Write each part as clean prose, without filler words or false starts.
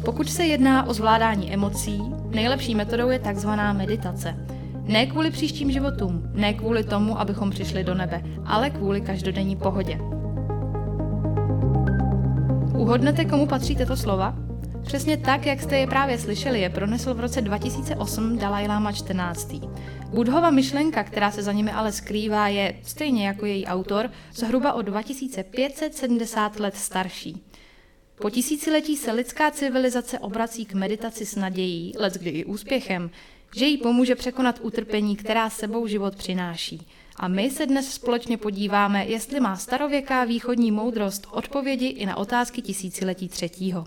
Pokud se jedná o zvládání emocí, nejlepší metodou je takzvaná meditace. Ne kvůli příštím životům, ne kvůli tomu, abychom přišli do nebe, ale kvůli každodenní pohodě. Uhodnete, komu patří tato slova? Přesně tak, jak jste je právě slyšeli, je pronesl v roce 2008 Dalaj Lama 14. Buddhova myšlenka, která se za nimi ale skrývá, je, stejně jako její autor, zhruba o 2570 let starší. Po tisíciletí se lidská civilizace obrací k meditaci s nadějí, leckdy i úspěchem, že jí pomůže překonat utrpení, která sebou život přináší. A my se dnes společně podíváme, jestli má starověká východní moudrost odpovědi i na otázky tisíciletí třetího.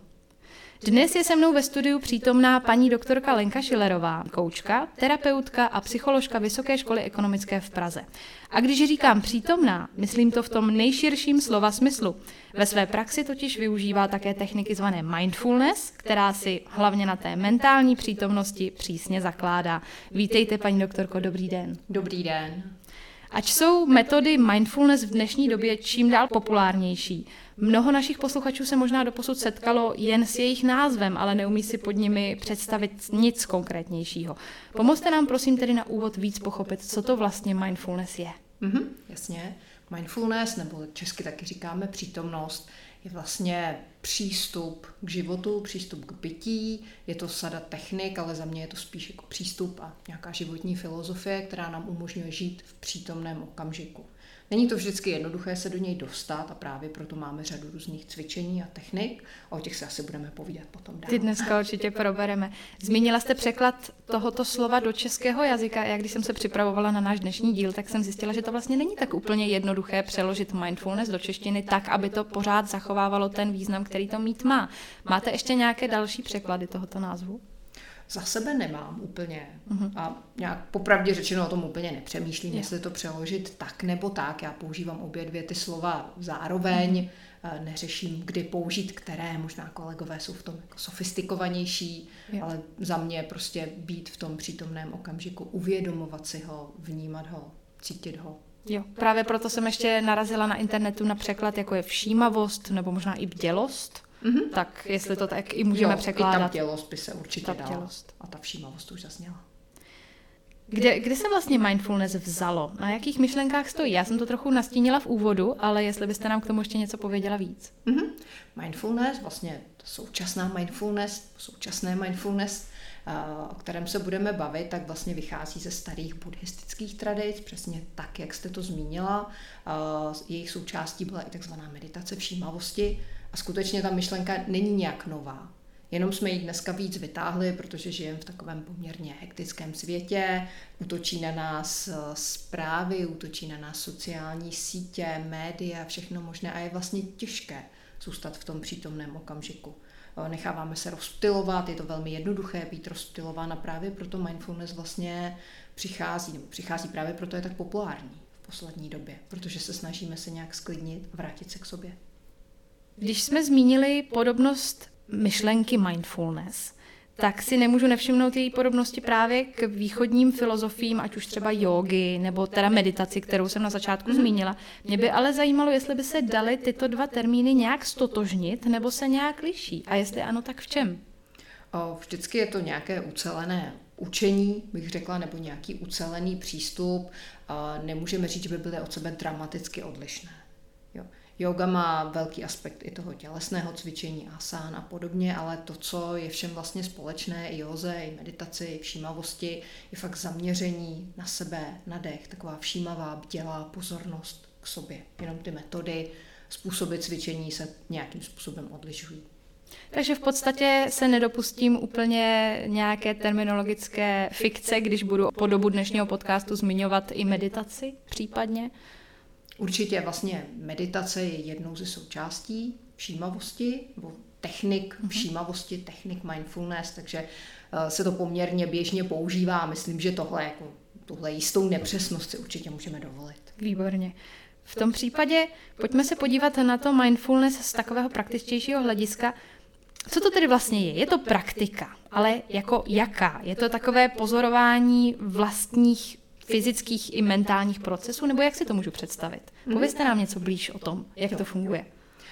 Dnes je se mnou ve studiu přítomná paní doktorka Lenka Schillerová, koučka, terapeutka a psycholožka Vysoké školy ekonomické v Praze. A když říkám přítomná, myslím to v tom nejširším slova smyslu. Ve své praxi totiž využívá také techniky zvané mindfulness, která si hlavně na té mentální přítomnosti přísně zakládá. Vítejte, paní doktorko, dobrý den. Dobrý den. Ač jsou metody mindfulness v dnešní době čím dál populárnější, mnoho našich posluchačů se možná doposud setkalo jen s jejich názvem, ale neumí si pod nimi představit nic konkrétnějšího. Pomozte nám prosím tedy na úvod víc pochopit, co to vlastně mindfulness je. Jasně. Mindfulness, nebo česky taky říkáme přítomnost, je vlastně přístup k životu, přístup k bytí. Je to sada technik, ale za mě je to spíš jako přístup a nějaká životní filozofie, která nám umožňuje žít v přítomném okamžiku. Není to vždycky jednoduché se do něj dostat a právě proto máme řadu různých cvičení a technik. O těch se asi budeme povídat potom dál. Ty dneska určitě probereme. Zmínila jste překlad tohoto slova do českého jazyka. Já když jsem se připravovala na náš dnešní díl, tak jsem zjistila, že to vlastně není tak úplně jednoduché přeložit mindfulness do češtiny tak, aby to pořád zachovávalo ten význam, který to mít má. Máte ještě nějaké další překlady tohoto názvu? Za sebe nemám úplně a nějak popravdě řečeno o tom úplně nepřemýšlím, jestli to přeložit tak nebo tak. Já používám obě dvě ty slova zároveň, neřeším, kdy použít které, možná kolegové jsou v tom jako sofistikovanější, ale za mě prostě být v tom přítomném okamžiku, uvědomovat si ho, vnímat ho, cítit ho. Jo, právě proto jsem ještě narazila na internetu na překlad, jako je všímavost nebo možná i bdělost. Tak jestli to tak i můžeme překládat. I ta bdělost by se určitě dala. A ta všímavost už zazněla. Kde se vlastně mindfulness vzalo? Na jakých myšlenkách stojí? Já jsem to trochu nastínila v úvodu, ale jestli byste nám k tomu ještě něco pověděla víc. Mindfulness, vlastně současné mindfulness, o kterém se budeme bavit, tak vlastně vychází ze starých buddhistických tradic, přesně tak, jak jste to zmínila. Jejich součástí byla i takzvaná meditace všímavosti a skutečně ta myšlenka není nějak nová. Jenom jsme ji dneska víc vytáhli, protože žijeme v takovém poměrně hektickém světě, útočí na nás zprávy, útočí na nás sociální sítě, média, všechno možné a je vlastně těžké zůstat v tom přítomném okamžiku. Necháváme se rozptylovat, je to velmi jednoduché být rozptylována, právě proto mindfulness vlastně přichází právě proto je tak populární v poslední době, protože se snažíme se nějak sklidnit, vrátit se k sobě. Když jsme zmínili podobnost myšlenky mindfulness, tak si nemůžu nevšimnout její podobnosti právě k východním filozofiím, ať už třeba jógy nebo teda meditaci, kterou jsem na začátku zmínila. Mě by ale zajímalo, jestli by se daly tyto dva termíny nějak stotožnit nebo se nějak liší. A jestli ano, tak v čem? Vždycky je to nějaké ucelené učení, bych řekla, nebo nějaký ucelený přístup. Nemůžeme říct, že by byly od sebe dramaticky odlišné. Yoga má velký aspekt i toho tělesného cvičení, asán a podobně, ale to, co je všem vlastně společné, i józe, i meditaci, i všímavosti, je fakt zaměření na sebe, na dech, taková všímavá, bdělá pozornost k sobě. Jenom ty metody, způsoby cvičení se nějakým způsobem odlišují. Takže v podstatě se nedopustím úplně nějaké terminologické fikce, když budu po dobu dnešního podcastu zmiňovat i meditaci případně. Určitě vlastně meditace je jednou ze součástí všímavosti, nebo technik všímavosti, technik mindfulness, takže se to poměrně běžně používá. Myslím, že tuhle jistou nepřesnost si určitě můžeme dovolit. Výborně. V tom případě pojďme se podívat na to mindfulness z takového praktičtějšího hlediska. Co to tedy vlastně je? Je to praktika, ale jako jaká? Je to takové pozorování vlastních fyzických i mentálních procesů, nebo jak si to můžu představit? Povězte nám něco blíž o tom, jak to funguje.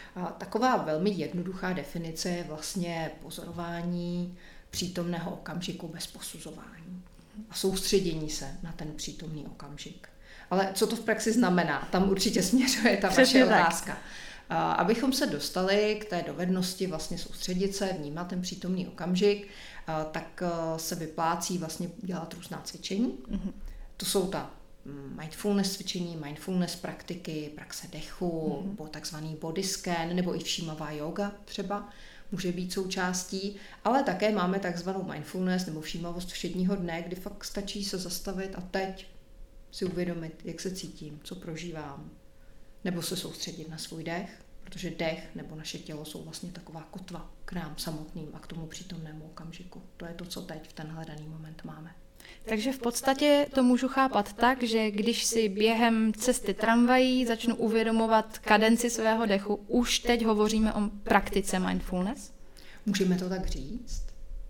A taková velmi jednoduchá definice je vlastně pozorování přítomného okamžiku bez posuzování a soustředění se na ten přítomný okamžik. Ale co to v praxi znamená? Tam určitě směřuje ta vaše otázka. Abychom se dostali k té dovednosti vlastně soustředit se, vnímat ten přítomný okamžik, tak se vyplácí vlastně dělat různá cvičení. To jsou ta mindfulness cvičení, mindfulness praktiky, praxe dechu, nebo takzvaný body scan, nebo i všímavá yoga třeba může být součástí, ale také máme takzvanou mindfulness nebo všímavost všedního dne, kdy fakt stačí se zastavit a teď si uvědomit, jak se cítím, co prožívám, nebo se soustředit na svůj dech, protože dech nebo naše tělo jsou vlastně taková kotva k nám samotným a k tomu přítomnému okamžiku. To je to, co teď v tenhle daný moment máme. Takže v podstatě to můžu chápat tak, že když si během cesty tramvají začnu uvědomovat kadenci svého dechu, už teď hovoříme o praktice mindfulness? Můžeme to tak říct.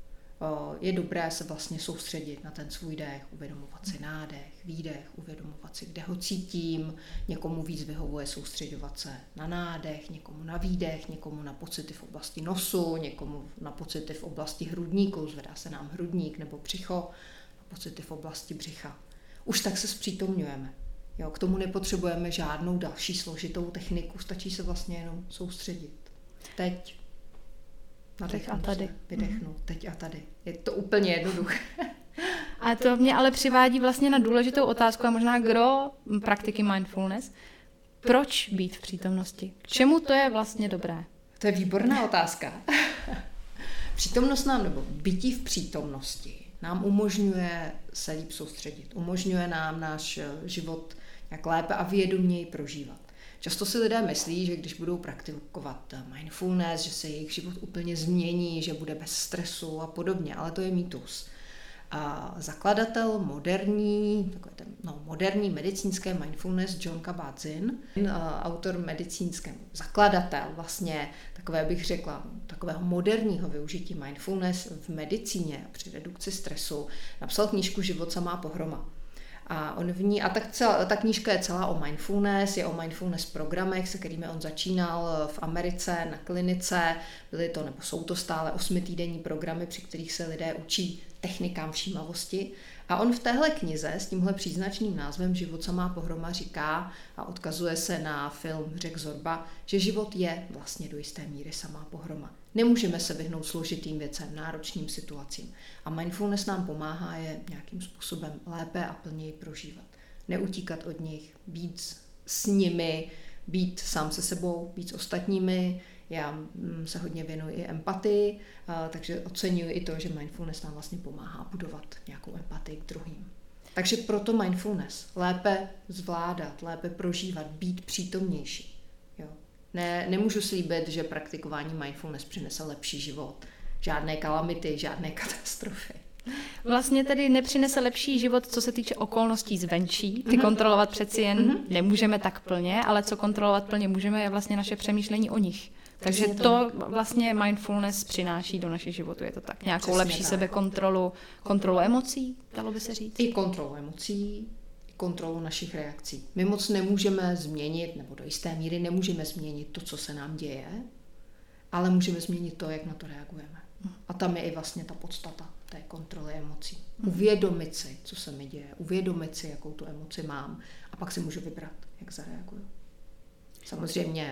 Je dobré se vlastně soustředit na ten svůj dech, uvědomovat si nádech, výdech, uvědomovat si, kde ho cítím. Někomu víc vyhovuje soustředovat se na nádech, někomu na výdech, někomu na pocity v oblasti nosu, někomu na pocity v oblasti hrudníku, zvedá se nám hrudník nebo břicho, pocity v oblasti břicha. Už tak se zpřítomňujeme. Jo, k tomu nepotřebujeme žádnou další složitou techniku, stačí se vlastně jenom soustředit. Teď. Teď a tady. Vydechnout. Teď a tady. Je to úplně jednoduché. A to mě ale přivádí vlastně na důležitou otázku a možná gro praktiky mindfulness. Proč být v přítomnosti? K čemu to je vlastně dobré? To je výborná otázka. Přítomnost nám, nebo bytí v přítomnosti nám umožňuje se líp soustředit. Umožňuje nám náš život jak lépe a vědoměji prožívat. Často si lidé myslí, že když budou praktikovat mindfulness, že se jejich život úplně změní, že bude bez stresu a podobně, ale to je mýtus. A zakladatel moderní medicínské mindfulness Jon Kabat-Zinn, autor medicínského, zakladatel vlastně takové bych řekla, takového moderního využití mindfulness v medicíně při redukci stresu, napsal knížku Život samá pohroma. A on v ní, ta knížka je celá o mindfulness, je o mindfulness programech, se kterými on začínal v Americe na klinice, byly to, nebo jsou to stále 8týdenní programy, při kterých se lidé učí technikám všímavosti. A on v téhle knize s tímhle příznačným názvem Život samá pohroma říká a odkazuje se na film Řek Zorba, že život je vlastně do jisté míry samá pohroma. Nemůžeme se vyhnout složitým věcem, náročným situacím. A mindfulness nám pomáhá je nějakým způsobem lépe a plněji prožívat. Neutíkat od nich, být s nimi, být sám se sebou, být s ostatními. Já se hodně věnuji i empatii, takže oceňuji i to, že mindfulness nám vlastně pomáhá budovat nějakou empatii k druhým. Takže proto mindfulness. Lépe zvládat, lépe prožívat, být přítomnější. Jo. Nemůžu slíbit, že praktikování mindfulness přinese lepší život. Žádné kalamity, žádné katastrofy. Vlastně tedy nepřinese lepší život, co se týče okolností zvenčí. Ty kontrolovat přeci jen nemůžeme tak plně, ale co kontrolovat plně můžeme, je vlastně naše přemýšlení o nich. Takže to vlastně mindfulness přináší do našich životů, je to tak? Nějakou přesně lepší tak. Sebekontrolu, kontrolu emocí, dalo by se říct? I kontrolu emocí, i kontrolu našich reakcí. My moc nemůžeme změnit, nebo do jisté míry nemůžeme změnit to, co se nám děje, ale můžeme změnit to, jak na to reagujeme. A tam je i vlastně ta podstata té kontroly emocí. Uvědomit si, co se mi děje, uvědomit si, jakou tu emoci mám a pak si můžu vybrat, jak zareaguju. Samozřejmě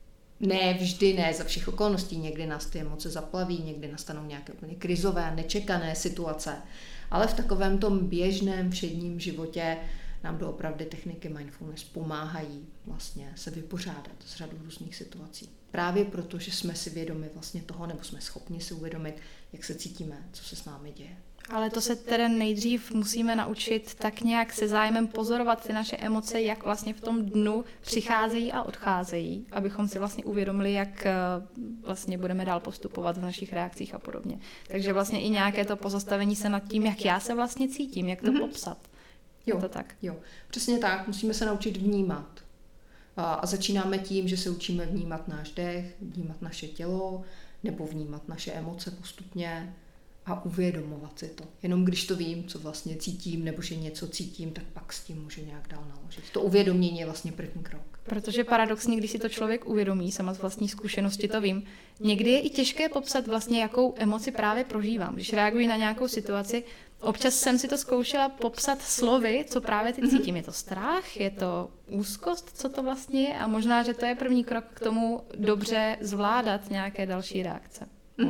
ne vždy, ne za všech okolností, někdy nás ty emoce zaplaví, někdy nastanou nějaké úplně krizové, nečekané situace, ale v takovém tom běžném všedním životě nám doopravdy techniky mindfulness pomáhají vlastně se vypořádat s řadou různých situací. Právě proto, že jsme si vědomi vlastně toho, nebo jsme schopni si uvědomit, jak se cítíme, co se s námi děje. Ale to se tedy nejdřív musíme naučit tak nějak se zájmem pozorovat ty naše emoce, jak vlastně v tom dnu přicházejí a odcházejí, abychom si vlastně uvědomili, jak vlastně budeme dál postupovat v našich reakcích a podobně. Takže vlastně i nějaké to pozastavení se nad tím, jak já se vlastně cítím, jak to popsat. Jo, je to tak? Jo, přesně tak. Musíme se naučit vnímat. A začínáme tím, že se učíme vnímat náš dech, vnímat naše tělo, nebo vnímat naše emoce postupně. a uvědomovat si to. Jenom když to vím, co vlastně cítím, nebo že něco cítím, tak pak s tím můžu nějak dál naložit. To uvědomění je vlastně první krok. Protože paradoxně, když si to člověk uvědomí, sama z vlastní zkušenosti to vím, někdy je i těžké popsat vlastně, jakou emoci právě prožívám. Když reaguji na nějakou situaci, občas jsem si to zkoušela popsat slovy, co právě teď cítím. Je to strach, je to úzkost, co to vlastně je, a možná, že to je první krok k tomu dobře zvládat nějaké další reakce.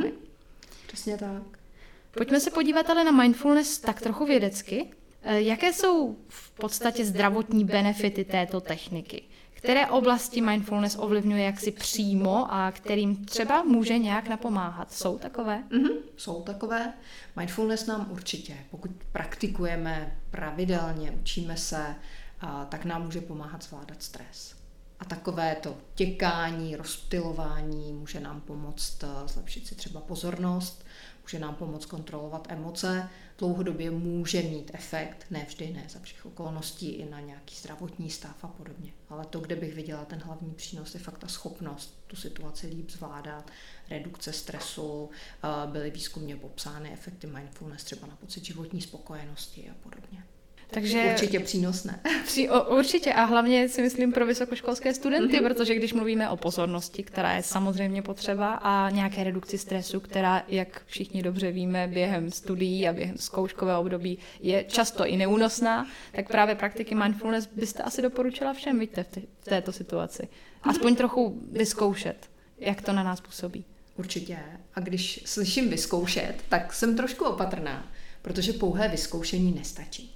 Přesně tak. Pojďme se podívat ale na mindfulness tak trochu vědecky. Jaké jsou v podstatě zdravotní benefity této techniky? Které oblasti mindfulness ovlivňuje jaksi přímo a kterým třeba může nějak napomáhat? Jsou takové? Jsou takové. Mindfulness nám určitě, pokud praktikujeme pravidelně, učíme se, tak nám může pomáhat zvládat stres. A takové to těkání, rozptylování může nám pomoct zlepšit si třeba pozornost, může nám pomoct kontrolovat emoce, dlouhodobě může mít efekt, ne vždy, ne za všech okolností, i na nějaký zdravotní stav a podobně. Ale to, kde bych viděla ten hlavní přínos, je fakt ta schopnost tu situaci líp zvládat, redukce stresu, byly výzkumně popsány efekty mindfulness třeba na pocit životní spokojenosti a podobně. Takže určitě přínosné. Určitě a hlavně si myslím pro vysokoškolské studenty, protože když mluvíme o pozornosti, která je samozřejmě potřeba, a nějaké redukci stresu, která, jak všichni dobře víme, během studií a během zkouškového období je často i neúnosná, tak právě praktiky mindfulness byste asi doporučila všem, víte, v této situaci. Aspoň trochu vyzkoušet, jak to na nás působí. Určitě. A když slyším vyzkoušet, tak jsem trošku opatrná, protože pouhé vyzkoušení nestačí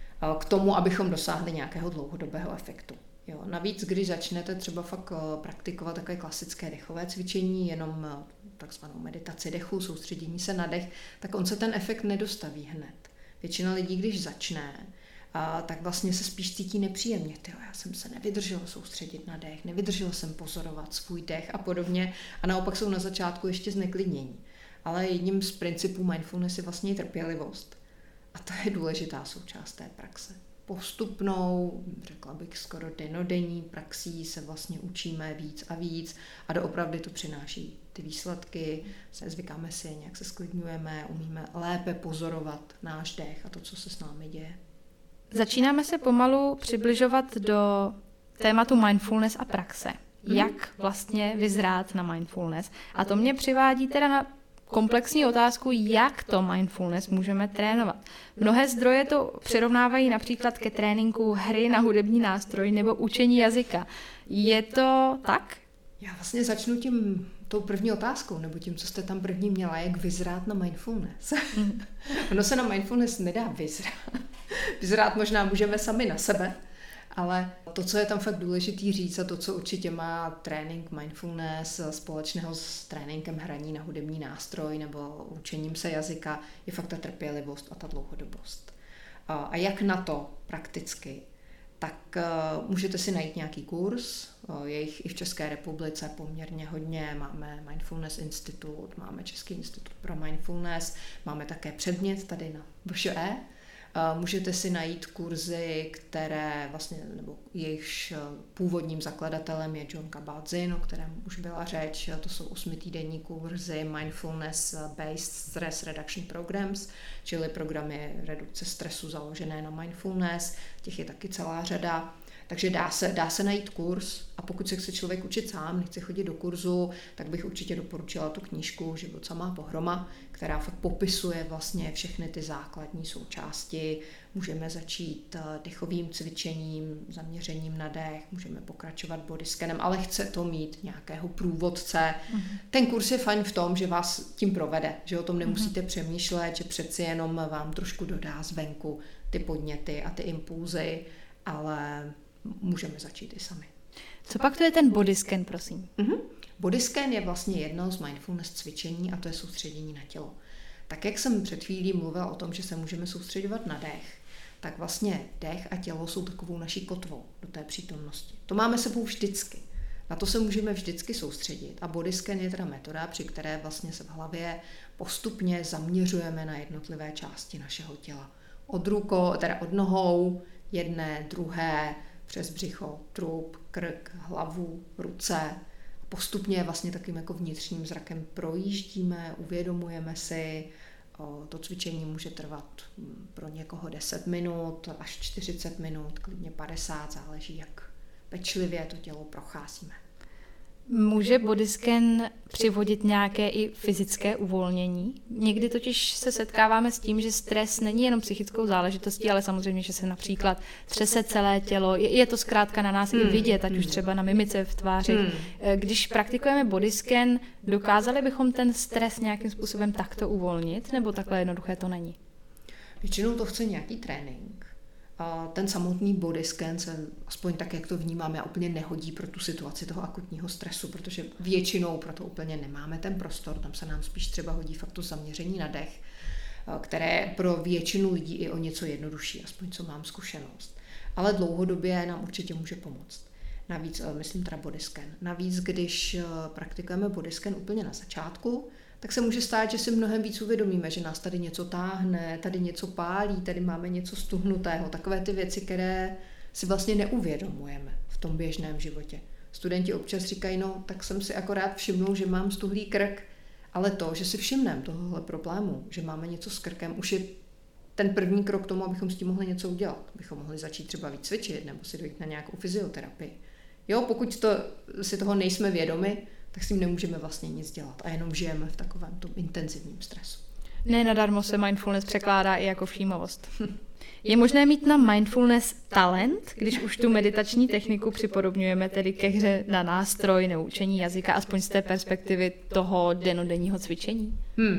k tomu, abychom dosáhli nějakého dlouhodobého efektu. Jo. Navíc, když začnete třeba fakt praktikovat takové klasické dechové cvičení, jenom takzvanou meditaci dechu, soustředění se na dech, tak on se ten efekt nedostaví hned. Většina lidí, když začne, tak vlastně se spíš cítí nepříjemně. Já jsem se nevydržela soustředit na dech, nevydržela jsem pozorovat svůj dech a podobně, a naopak jsou na začátku ještě zneklidnění. Ale jedním z principů mindfulness je vlastně trpělivost. A to je důležitá součást té praxe. Postupnou, řekla bych skoro dennodenní praxí se vlastně učíme víc a víc a doopravdy to přináší ty výsledky, zvykáme si, nějak se sklidňujeme, umíme lépe pozorovat náš dech a to, co se s námi děje. Začínáme se pomalu přibližovat do tématu mindfulness a praxe. Jak vlastně vyzrát na mindfulness? A to mě přivádí teda na komplexní otázku, jak to mindfulness můžeme trénovat. Mnohé zdroje to přirovnávají například ke tréninku hry na hudební nástroj nebo učení jazyka. Je to tak? Já vlastně začnu tou první otázkou, nebo tím, co jste tam první měla, jak vyzrát na mindfulness. Ono se na mindfulness nedá vyzrát. Vyzrát možná můžeme sami na sebe, ale to, co je tam fakt důležitý říct a to, co určitě má trénink mindfulness společného s tréninkem hraní na hudební nástroj nebo učením se jazyka, je fakt ta trpělivost a ta dlouhodobost. A jak na to prakticky? Tak můžete si najít nějaký kurz, je jich i v České republice poměrně hodně, máme Mindfulness Institut, máme Český institut pro mindfulness, máme také předmět tady na VŠE. Můžete si najít kurzy, které vlastně, nebo jejichž původním zakladatelem je Jon Kabat-Zinn, o kterém už byla řeč, to jsou 8týdenní kurzy Mindfulness Based Stress Reduction Programs, čili programy redukce stresu založené na mindfulness, těch je taky celá řada. Takže dá se najít kurz a pokud se chce člověk učit sám, nechce chodit do kurzu, tak bych určitě doporučila tu knížku Život samá pohroma, která fakt popisuje vlastně všechny ty základní součásti. Můžeme začít dechovým cvičením, zaměřením na dech, můžeme pokračovat bodyscanem, ale chce to mít nějakého průvodce. Ten kurz je fajn v tom, že vás tím provede, že o tom nemusíte přemýšlet, že přeci jenom vám trošku dodá zvenku ty podněty a ty impulzy, ale můžeme začít i sami. Co pak to je ten bodyscan, prosím? Bodyscan je vlastně jedno z mindfulness cvičení a to je soustředění na tělo. Tak jak jsem před chvílí mluvila o tom, že se můžeme soustředovat na dech, tak vlastně dech a tělo jsou takovou naší kotvou do té přítomnosti. To máme sebou vždycky. Na to se můžeme vždycky soustředit. A bodyscan je teda metoda, při které vlastně se v hlavě postupně zaměřujeme na jednotlivé části našeho těla. Od nohou, jedné, druhé, přes břicho, trup, krk, hlavu, ruce. Postupně vlastně takovým jako vnitřním zrakem projíždíme, uvědomujeme si, To cvičení může trvat pro někoho 10 minut až 40 minut, klidně 50, záleží, jak pečlivě to tělo procházíme. Může bodyscan přivodit nějaké i fyzické uvolnění? Někdy totiž se setkáváme s tím, že stres není jenom psychickou záležitostí, ale samozřejmě, že se například třese celé tělo. Je to zkrátka na nás i vidět, ať už třeba na mimice v tváři. Když praktikujeme bodyscan, dokázali bychom ten stres nějakým způsobem takto uvolnit, nebo takhle jednoduché to není? Většinou to chce nějaký trénink. Ten samotný bodyscan se, aspoň tak, jak to vnímám, já úplně nehodí pro tu situaci toho akutního stresu, protože většinou pro to úplně nemáme ten prostor, tam se nám spíš třeba hodí fakt to zaměření na dech, které pro většinu lidí i o něco jednodušší, aspoň co mám zkušenost. Ale dlouhodobě nám určitě může pomoct. Navíc, myslím teda bodyscan. Navíc, když praktikujeme bodyscan úplně na začátku, tak se může stát, že si mnohem víc uvědomíme, že nás tady něco táhne, tady něco pálí, tady máme něco stuhnutého. Takové ty věci, které si vlastně neuvědomujeme v tom běžném životě. Studenti občas říkají, no tak jsem si akorát všimnul, že mám stuhlý krk, ale to, že si všimneme tohohle problému, že máme něco s krkem, už je ten první krok k tomu, abychom s tím mohli něco udělat. Abychom mohli začít třeba víc cvičit nebo si dojít na nějakou fyzioterapii. Jo, pokud si toho nejsme vědomi, tak s tím nemůžeme vlastně nic dělat a jenom žijeme v takovém tom intenzivním stresu. Ne nadarmo se mindfulness překládá i jako všímavost. Je možné mít na mindfulness talent, když už tu meditační techniku připodobňujeme tedy ke hře na nástroj nebo učení jazyka, aspoň z té perspektivy toho dennodenního cvičení?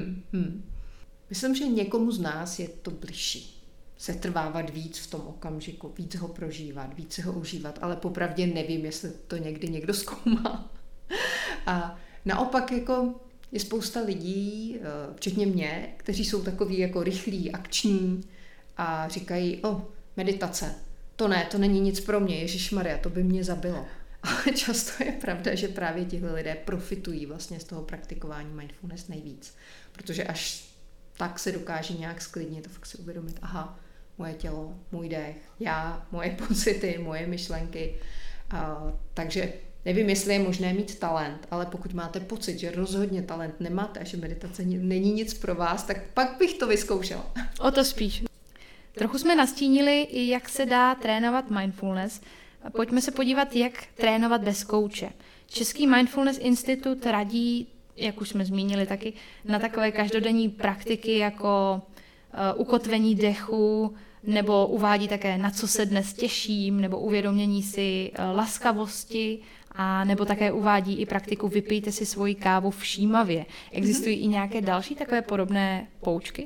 Myslím, že někomu z nás je to bližší. Setrvávat víc v tom okamžiku, víc ho prožívat, víc ho užívat, ale popravdě nevím, jestli to někdy někdo zkoumá. A naopak jako je spousta lidí, včetně mě, kteří jsou takový jako rychlí, akční a říkají, meditace, to není nic pro mě, ježišmarja, to by mě zabilo. Ale často je pravda, že právě tihle lidé profitují vlastně z toho praktikování mindfulness nejvíc. Protože až tak se dokáže nějak sklidnit a fakt si uvědomit, aha, moje tělo, můj dech, já, moje pocity, moje myšlenky. Takže nevím, jestli je možné mít talent, ale pokud máte pocit, že rozhodně talent nemáte a že meditace není nic pro vás, tak pak bych to vyzkoušela. O to spíš. Trochu jsme nastínili, jak se dá trénovat mindfulness. Pojďme se podívat, jak trénovat bez kouče. Český Mindfulness Institut radí, jak už jsme zmínili taky, na takové každodenní praktiky jako ukotvení dechu, nebo uvádí také, na co se dnes těším, nebo uvědomění si laskavosti, a nebo také uvádí i praktiku vypijte si svoji kávu všímavě. Existují i nějaké další takové podobné poučky?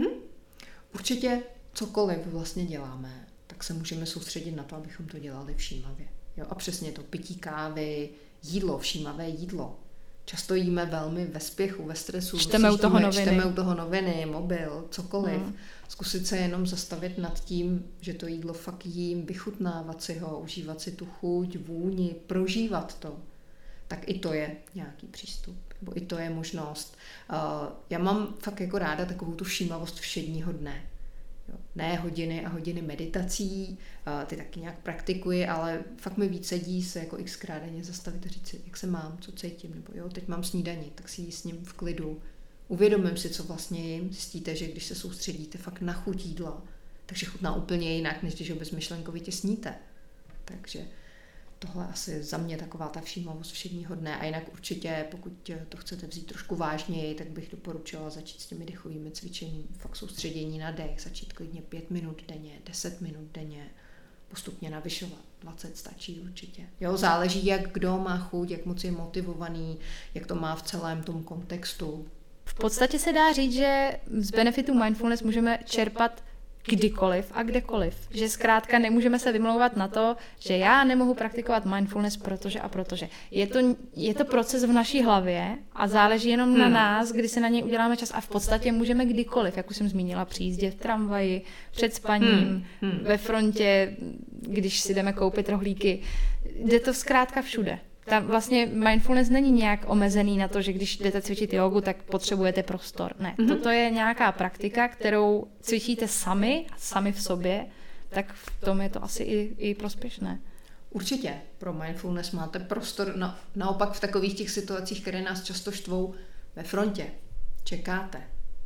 Určitě cokoliv vlastně děláme, tak se můžeme soustředit na to, abychom to dělali všímavě. Jo? A přesně to pití kávy, jídlo, všímavé jídlo. Často jíme velmi ve spěchu, ve stresu. Čteme u toho noviny, mobil, cokoliv. Zkusit se jenom zastavit nad tím, že to jídlo fakt jím, vychutnávat si ho, užívat si tu chuť, vůni, prožívat to. Tak i to je nějaký přístup. Nebo i to je možnost. Já mám fakt jako ráda takovou tu všímavost všedního dne. Jo, ne hodiny a hodiny meditací, ty taky nějak praktikuji, ale fakt mi víc sedí se jako xkrát denně zastavit a říct si, jak se mám, co cítím, nebo jo, teď mám snídani, tak si jí s ním v klidu. Uvědomím si, co vlastně jim. Zjistíte, že když se soustředíte fakt na chuť jídla, takže chutná úplně jinak, než když ho bezmyšlenkovitě sníte. Takže tohle asi za mě taková ta všímavost všedního dne. A jinak určitě, pokud to chcete vzít trošku vážněji, tak bych doporučila začít s těmi dechovými cvičeními. Fakt soustředění na dech, začít klidně 5 minut denně, 10 minut denně, postupně navyšovat. 20 stačí určitě. Jo, záleží, jak kdo má chuť, jak moc je motivovaný, jak to má v celém tom kontextu. V podstatě se dá říct, že z benefitu mindfulness můžeme čerpat kdykoliv a kdekoliv. Že zkrátka nemůžeme se vymlouvat na to, že já nemohu praktikovat mindfulness, protože. Je to proces v naší hlavě a záleží jenom na nás, kdy se na něj uděláme čas a v podstatě můžeme kdykoliv, jak už jsem zmínila, při jízdě v tramvaji, před spaním, ve frontě, když si jdeme koupit rohlíky. Jde to zkrátka všude. Tam vlastně mindfulness není nějak omezený na to, že když jdete cvičit jogu, tak potřebujete prostor. Ne, toto je nějaká praktika, kterou cvičíte sami v sobě, tak v tom je to asi i prospěšné. Určitě. Pro mindfulness máte prostor naopak v takových těch situacích, které nás často štvou ve frontě. Čekáte.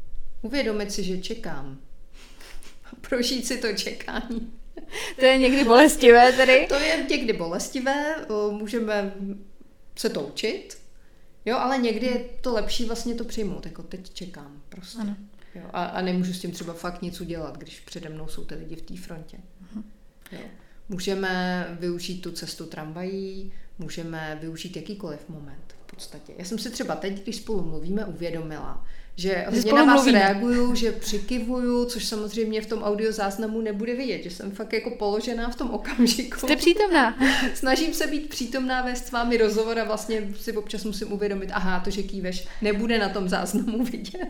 Uvědomit si, že čekám. Prožít si to čekání. To je někdy bolestivé tedy? To je někdy bolestivé, můžeme se to učit, jo, ale někdy je to lepší vlastně to přijmout, jako teď čekám prostě. Ano. Jo, a nemůžu s tím třeba fakt nic udělat, když přede mnou jsou ty lidi v té frontě. Jo. Můžeme využít tu cestu tramvají, můžeme využít jakýkoliv moment v podstatě. Já jsem si třeba teď, když spolu mluvíme, uvědomila, že hodně na vás reaguju, že přikivuju, což samozřejmě v tom audiozáznamu nebude vidět, že jsem fakt jako položená v tom okamžiku. Jste přítomná. Snažím se být přítomná, vést s vámi rozhovor a vlastně si občas musím uvědomit, aha, to, že kýveš, nebude na tom záznamu vidět.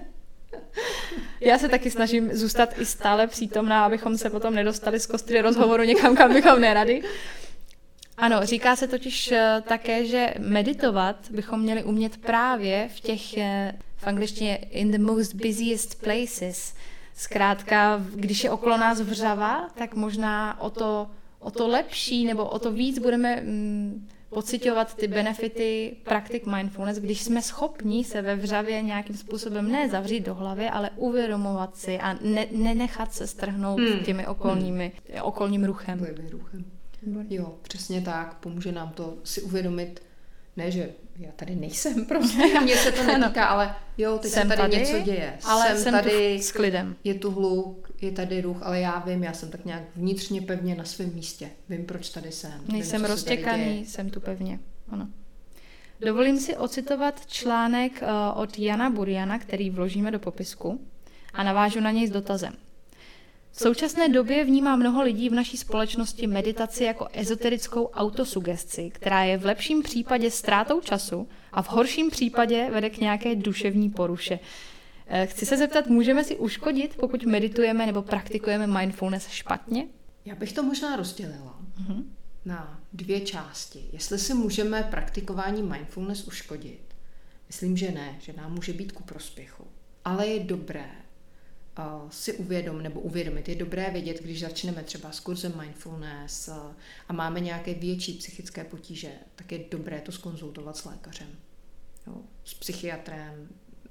Já se taky snažím zůstat i stále přítomná, abychom se potom nedostali z kostry rozhovoru někam, kam bychom neradi. Ano, říká se totiž také, že meditovat bychom měli umět právě v těch, v angličtině, in the most busiest places. Zkrátka, když je okolo nás vřava, tak možná o to lepší nebo o to víc budeme pociťovat ty benefity praktik mindfulness, když jsme schopni se ve vřavě nějakým způsobem ne zavřít do hlavy, ale uvědomovat si a nenechat se strhnout těmi okolním ruchem. Jo, přesně tak. Pomůže nám to si uvědomit, ne, že já tady nejsem prostě, mně se to netýká, ale jo, teď se tady něco děje. Ale jsem tady s klidem. Je tu hluk, je tady ruch, ale já vím, já jsem tak nějak vnitřně pevně na svém místě. Vím, proč tady jsem. Nejsem roztěkaný, jsem tu pevně. Ano. Dovolím si ocitovat článek od Jana Buriana, který vložíme do popisku a navážu na něj s dotazem. V současné době vnímá mnoho lidí v naší společnosti meditaci jako ezoterickou autosugestci, která je v lepším případě ztrátou času a v horším případě vede k nějaké duševní poruše. Chci se zeptat, můžeme si uškodit, pokud meditujeme nebo praktikujeme mindfulness špatně? Já bych to možná rozdělila na dvě části. Jestli si můžeme praktikování mindfulness uškodit, myslím, že ne, že nám může být ku prospěchu. Ale je dobré si uvědomit. Je dobré vědět, když začneme třeba s kurzem mindfulness a máme nějaké větší psychické potíže, tak je dobré to zkonzultovat s lékařem, jo, s psychiatrem,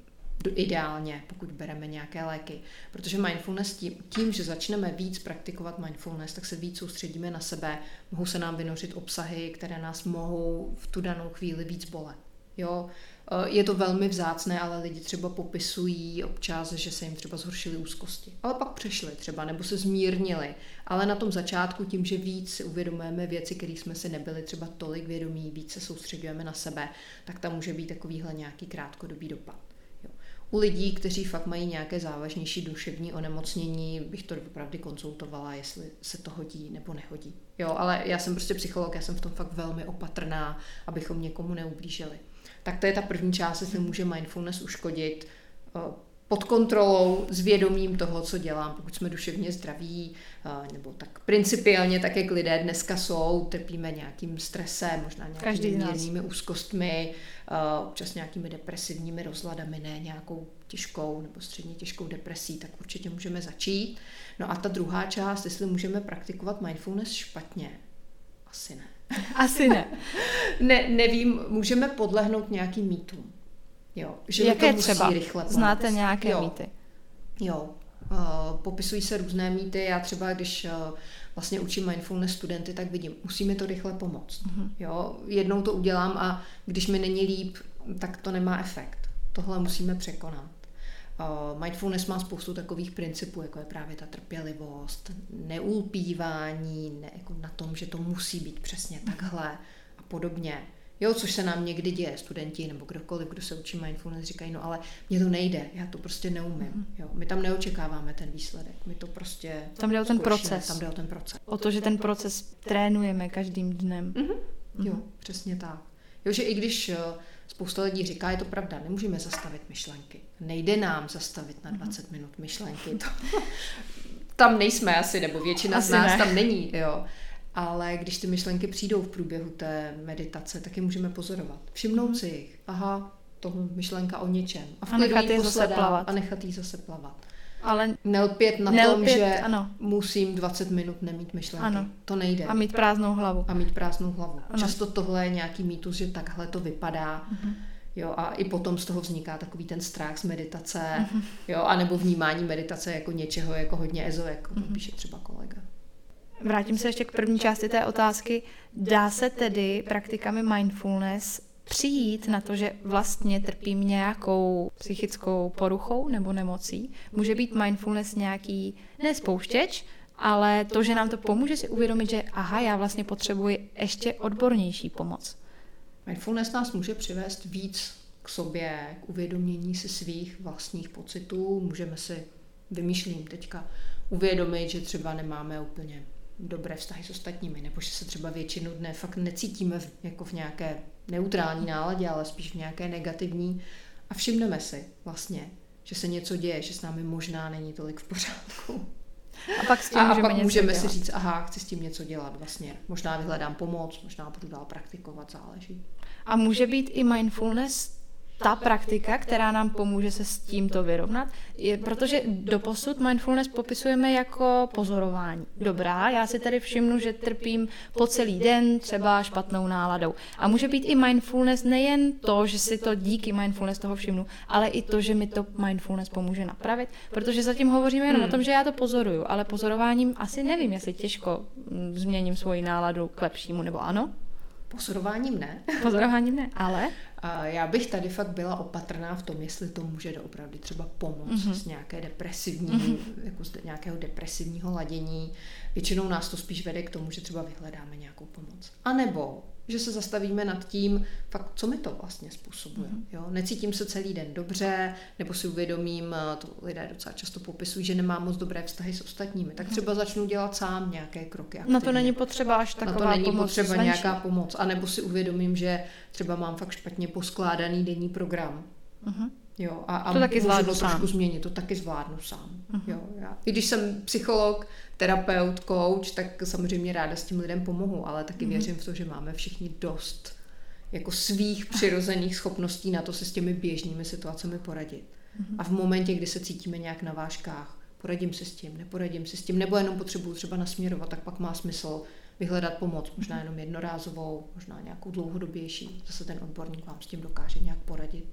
ideálně, pokud bereme nějaké léky. Protože mindfulness tím, že začneme víc praktikovat mindfulness, tak se víc soustředíme na sebe, mohou se nám vynořit obsahy, které nás mohou v tu danou chvíli víc bolet. Jo, je to velmi vzácné, ale lidi třeba popisují občas, že se jim třeba zhoršily úzkosti. Ale pak přešly třeba, nebo se zmírnily. Ale na tom začátku tím, že víc si uvědomujeme věci, které jsme si nebyli třeba tolik vědomí, víc se soustředujeme na sebe, tak tam může být takovýhle nějaký krátkodobý dopad. Jo. U lidí, kteří fakt mají nějaké závažnější duševní onemocnění, bych to opravdu konzultovala, jestli se to hodí nebo nehodí. Jo, ale já jsem prostě psycholog, já jsem v tom fakt velmi opatrná, abychom někomu neublížili. Tak to je ta první část, jestli může mindfulness uškodit pod kontrolou, s vědomím toho, co dělám, pokud jsme duševně zdraví, nebo tak principiálně, tak jak lidé dneska jsou, trpíme nějakým stresem, možná nějakými mírnými úzkostmi, občas nějakými depresivními rozladami, ne nějakou těžkou nebo středně těžkou depresí, tak určitě můžeme začít. No a ta druhá část, jestli můžeme praktikovat mindfulness špatně, asi ne. Asi ne. Nevím, můžeme podlehnout nějakým mýtům. Jo, že jaké to třeba? Rychle znáte nějaké mýty? Jo. Popisují se různé mýty. Já třeba, když vlastně učím mindfulness studenty, tak vidím, musíme to rychle pomoct. Jo, jednou to udělám a když mi není líp, tak to nemá efekt. Tohle musíme překonat. Mindfulness má spoustu takových principů, jako je právě ta trpělivost, neulpívání, jako na tom, že to musí být přesně takhle a podobně. Jo, což se nám někdy děje, studenti nebo kdokoliv, kdo se učí mindfulness, říkají, no ale mně to nejde, já to prostě neumím. Jo, my tam neočekáváme ten výsledek, my to prostě tam jde o ten proces. Tam jde o ten proces. O to, že ten proces trénujeme každým dnem. Jo, přesně tak. Jo, že i když spousta lidí říká, je to pravda, nemůžeme zastavit myšlenky. Nejde nám zastavit na 20 minut myšlenky. Tam nejsme asi, nebo většina z nás tam není. Jo. Ale když ty myšlenky přijdou v průběhu té meditace, tak je můžeme pozorovat. Všimnout si jich. Aha, toho myšlenka o něčem. A nechat ji zase plavat. A nechat ji zase plavat. Ale nelpět na tom, že musím 20 minut nemít myšlenky. Ano. To nejde. A mít prázdnou hlavu. Často tohle je nějaký mýtus, že takhle to vypadá. Jo, a i potom z toho vzniká takový ten strach z meditace, jo, anebo vnímání meditace jako něčeho jako hodně ezo, jako píše třeba kolega. Vrátím se ještě k první části té otázky. Dá se tedy praktikami mindfulness přijít na to, že vlastně trpím nějakou psychickou poruchou nebo nemocí? Může být mindfulness nějaký nespouštěč, ale to, že nám to pomůže si uvědomit, že aha, já vlastně potřebuji ještě odbornější pomoc. Mindfulness nás může přivést víc k sobě, k uvědomění si svých vlastních pocitů. Můžeme si, vymýšlím teďka, uvědomit, že třeba nemáme úplně dobré vztahy s ostatními, nebo že se třeba většinu dne fakt necítíme jako v nějaké neutrální náladě, ale spíš v nějaké negativní. A všimneme si vlastně, že se něco děje, že s námi možná není tolik v pořádku. A pak, s tím můžeme si říct, aha, chci s tím něco dělat vlastně. Možná vyhledám pomoc, možná budu dál praktikovat, záleží. A může být i mindfulness ta praktika, která nám pomůže se s tímto vyrovnat, protože doposud mindfulness popisujeme jako pozorování. Dobrá, já si tady všimnu, že trpím po celý den třeba špatnou náladou. A může být i mindfulness nejen to, že si to díky mindfulness toho všimnu, ale i to, že mi to mindfulness pomůže napravit, protože zatím hovoříme jenom o tom, že já to pozoruju, ale pozorováním asi nevím, jestli těžko změním svoji náladu k lepšímu, nebo ano? Pozorováním ne. Pozorováním ne, ale? Já bych tady fakt byla opatrná v tom, jestli to může doopravdy třeba pomoct z nějaké depresivní, jako z nějakého depresivního ladění. Většinou nás to spíš vede k tomu, že třeba vyhledáme nějakou pomoc. A nebo že se zastavíme nad tím, fakt, co mi to vlastně způsobuje. Jo? Necítím se celý den dobře, nebo si uvědomím, to lidé docela často popisují, že nemám moc dobré vztahy s ostatními, tak třeba začnu dělat sám nějaké kroky. Aktivně. Na to není potřeba až taková pomoc. Na to není potřeba nějaká pomoc. A nebo si uvědomím, že třeba mám fakt špatně poskládaný denní program. Jo, a to taky můžu to trošku změnit, to taky zvládnu sám. Jo, i když jsem psycholog, terapeut, coach, tak samozřejmě ráda s tím lidem pomohu, ale taky věřím v to, že máme všichni dost jako svých přirozených schopností na to se s těmi běžnými situacemi poradit. A v momentě, kdy se cítíme nějak na vážkách, poradím si s tím, neporadím si s tím, nebo jenom potřebuju třeba nasměrovat, tak pak má smysl vyhledat pomoc, možná jenom jednorázovou, možná nějakou dlouhodobější. Zase ten odborník vám s tím dokáže nějak poradit,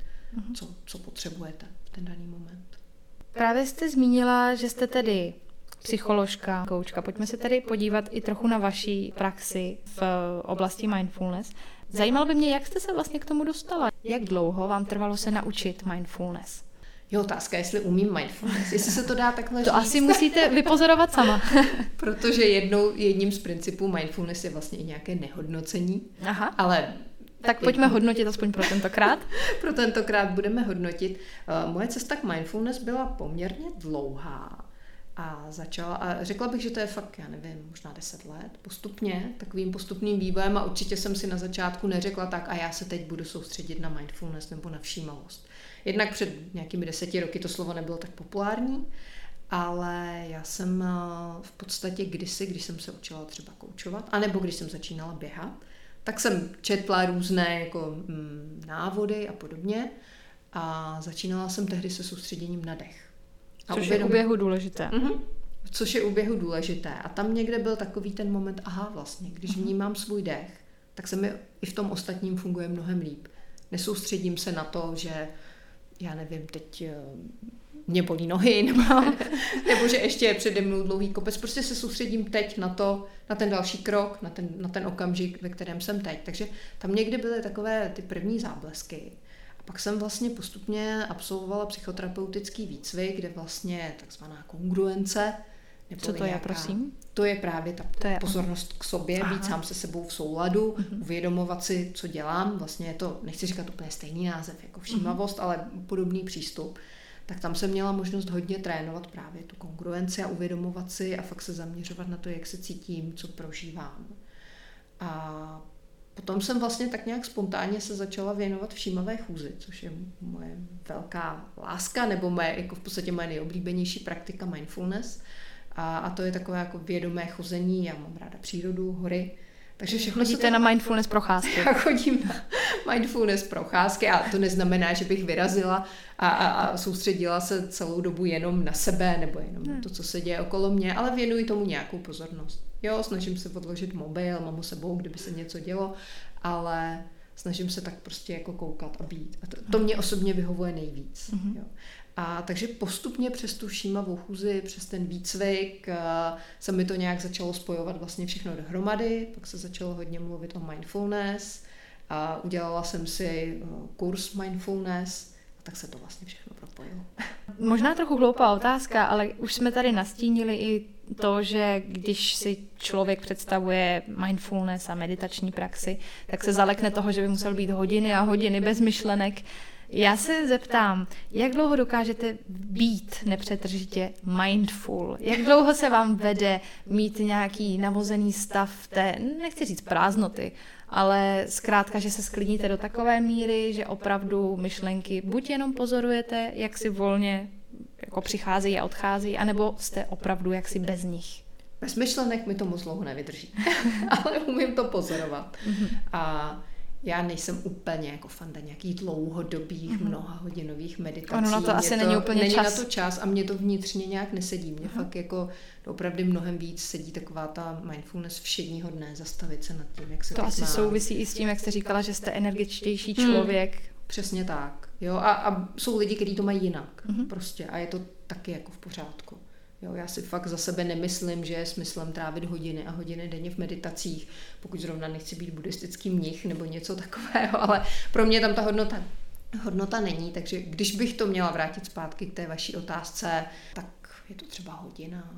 co potřebujete v ten daný moment. Právě jste zmínila, že jste tedy psycholožka, koučka. Pojďme se tedy podívat i trochu na vaší praxi v oblasti mindfulness. Zajímalo by mě, jak jste se vlastně k tomu dostala. Jak dlouho vám trvalo se naučit mindfulness? Je otázka, jestli umím mindfulness, jestli se to dá takhle říct. To asi musíte vypozorovat sama. Protože jedním z principů mindfulness je vlastně i nějaké nehodnocení. Aha. Ale tak pojďme hodnotit aspoň pro tentokrát. Pro tentokrát budeme hodnotit. Moje cesta k mindfulness byla poměrně dlouhá a řekla bych, že to je fakt, já nevím, možná 10 let, postupně, takovým postupným vývojem a určitě jsem si na začátku neřekla tak a já se teď budu soustředit na mindfulness nebo na všímavost. Jednak před nějakými 10 roky to slovo nebylo tak populární, ale já jsem v podstatě kdysi, když jsem se učila třeba koučovat, anebo když jsem začínala běhat, tak jsem četla různé jako návody a podobně a začínala jsem tehdy se soustředěním na dech. Což je u běhu důležité. Což je u běhu důležité. A tam někde byl takový ten moment, aha vlastně, když vnímám svůj dech, tak se mi i v tom ostatním funguje mnohem líp. Nesoustředím se na to, že já nevím, teď mě bolí nohy, nebo že ještě je přede mnou dlouhý kopec. Prostě se soustředím teď na ten další krok, na ten okamžik, ve kterém jsem teď. Takže tam někdy byly takové ty první záblesky. A pak jsem vlastně postupně absolvovala psychoterapeutický výcvik, kde vlastně takzvaná kongruence. Co to je, prosím? To je právě ta pozornost k sobě, být sám se sebou v souladu, uvědomovat si, co dělám. Vlastně je to, nechci říkat úplně stejný název jako všímavost, ale podobný přístup. Tak tam jsem měla možnost hodně trénovat právě tu kongruenci a uvědomovat si a fakt se zaměřovat na to, jak se cítím, co prožívám. A potom jsem vlastně tak nějak spontánně se začala věnovat všímavé chůzi, což je moje velká láska, nebo jako v podstatě moje nejoblíbenější praktika mindfulness. A to je takové jako vědomé chození, já mám ráda přírodu, hory. Takže všechno chodíte na mindfulness procházky. Já chodím na mindfulness procházky a to neznamená, že bych vyrazila a soustředila se celou dobu jenom na sebe nebo jenom na to, co se děje okolo mě, ale věnuji tomu nějakou pozornost. Jo, snažím se odložit mobil, mám ho sebou, kdyby se něco dělo, ale snažím se tak prostě jako koukat a být. A to mě osobně vyhovuje nejvíc. Jo. A takže postupně přes tu všímavou chůzi, přes ten výcvik se mi to nějak začalo spojovat vlastně všechno dohromady, pak se začalo hodně mluvit o mindfulness a udělala jsem si kurz mindfulness a tak se to vlastně všechno propojilo. Možná trochu hloupá otázka, ale už jsme tady nastínili i to, že když si člověk představuje mindfulness a meditační praxi, tak se zalekne toho, že by musel být hodiny a hodiny bez myšlenek. Já se zeptám, jak dlouho dokážete být nepřetržitě mindful? Jak dlouho se vám vede mít nějaký navozený stav té, nechci říct prázdnoty, ale zkrátka, že se sklidníte do takové míry, že opravdu myšlenky buď jenom pozorujete, jak si volně jako přicházejí a odcházejí, anebo jste opravdu jaksi bez nich? Bez myšlenek mi to moc dlouho nevydrží, ale umím to pozorovat. A já nejsem úplně jako fanda nějakých dlouhodobých, mnohahodinových meditací. Ono na to asi není úplně čas. Není na to čas a mě to vnitřně nějak nesedí. Mně fakt jako opravdu mnohem víc sedí taková ta mindfulness všedního dne, zastavit se nad tím, jak se to asi souvisí i s tím, jak jste říkala, že jste energičtější člověk. Přesně tak. Jo, a jsou lidi, kteří to mají jinak. Prostě. A je to taky jako v pořádku. Jo, já si fakt za sebe nemyslím, že je smyslem trávit hodiny a hodiny denně v meditacích, pokud zrovna nechci být buddhistický mnich nebo něco takového, ale pro mě tam ta hodnota není, takže když bych to měla vrátit zpátky k té vaší otázce, tak je to třeba hodina.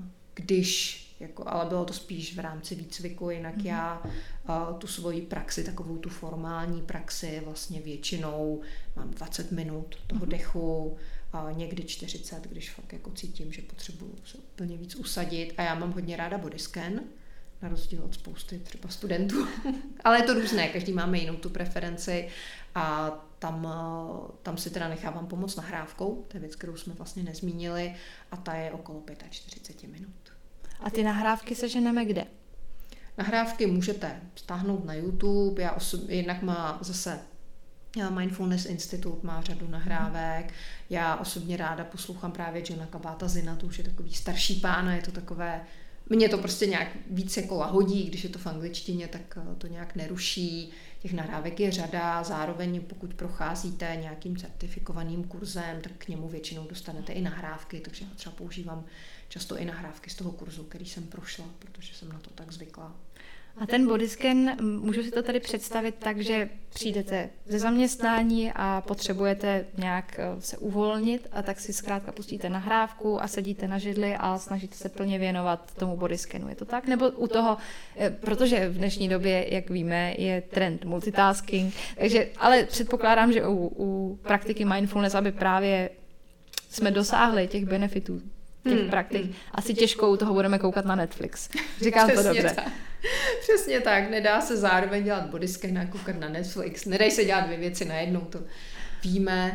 Ale bylo to spíš v rámci výcviku, jinak já tu svoji praxi, takovou tu formální praxi, vlastně většinou mám 20 minut toho dechu, a někdy 40, když fakt jako cítím, že potřebuju se úplně víc usadit. A já mám hodně ráda bodyscan, na rozdíl od spousty třeba studentů. Ale je to různé, každý máme jinou tu preferenci a tam si teda nechávám pomoct nahrávkou, to je věc, kterou jsme vlastně nezmínili a ta je okolo 45 minut. A ty nahrávky seženeme kde? Nahrávky můžete stáhnout na YouTube, jednak má zase Mindfulness Institute má řadu nahrávek. Já osobně ráda poslouchám právě Johna Kabat-Zinn, to už je takový starší pán a je to takové, mě to prostě nějak víc jako lahodí, když je to v angličtině, tak to nějak neruší. Těch nahrávek je řada, zároveň pokud procházíte nějakým certifikovaným kurzem, tak k němu většinou dostanete i nahrávky, takže já třeba používám často i nahrávky z toho kurzu, který jsem prošla, protože jsem na to tak zvyklá. A ten bodyscan, můžu si to tady představit tak, že přijdete ze zaměstnání a potřebujete nějak se uvolnit a tak si zkrátka pustíte nahrávku a sedíte na židli a snažíte se plně věnovat tomu bodyscanu. Je to tak? Nebo u toho, protože v dnešní době, jak víme, je trend multitasking, takže, ale předpokládám, že u praktiky mindfulness, aby právě jsme dosáhli těch benefitů, těch praktik, asi těžko u toho budeme koukat na Netflix. Říkám to dobře. Tak. Přesně tak, nedá se zároveň dělat bodyscan a koukat na Netflix, nedají se dělat dvě věci najednou, to víme.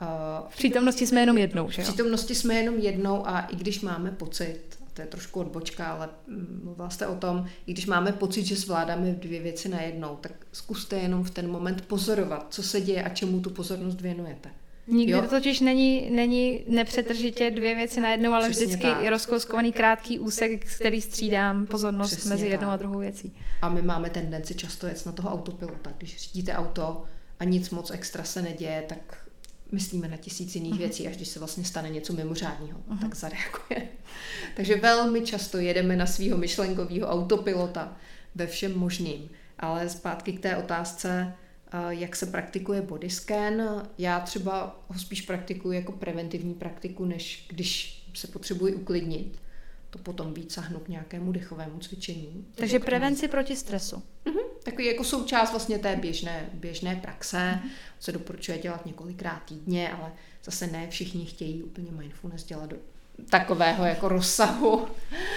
V přítomnosti jsme jenom jednou, že jo? V přítomnosti jsme jenom jednou a i když máme pocit, to je trošku odbočka, ale mluvila jste o tom, i když máme pocit, že zvládáme dvě věci najednou, tak zkuste jenom v ten moment pozorovat, co se děje a čemu tu pozornost věnujete. Nikdy to totiž není nepřetržitě dvě věci najednou, ale přesně vždycky je rozkouskovaný krátký úsek, který střídám pozornost přesně mezi jednou a druhou věcí. A my máme tendenci často jet na toho autopilota. Když řídíte auto a nic moc extra se neděje, tak myslíme na 1000 jiných věcí, až když se vlastně stane něco mimořádného, tak zareaguje. Takže velmi často jedeme na svého myšlenkového autopilota ve všem možným. Ale zpátky k té otázce, jak se praktikuje bodyscan. Já třeba ho spíš praktikuji jako preventivní praktiku, než když se potřebuji uklidnit. To potom víc sahnu k nějakému dechovému cvičení. Takže prevenci proti stresu. Takový jako součást vlastně té běžné praxe. Se doporučuje dělat několikrát týdně, ale zase ne všichni chtějí úplně mindfulness dělat do takového jako rozsahu.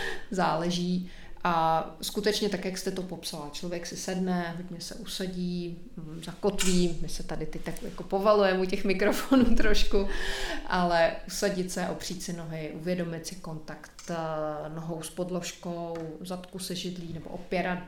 Záleží. A skutečně tak, jak jste to popsala, člověk si sedne, hodně se usadí, zakotví, my se tady teď tak jako povalujeme u těch mikrofonů trošku, ale usadit se, opřít si nohy, uvědomit si kontakt nohou s podložkou, zadku se židlí nebo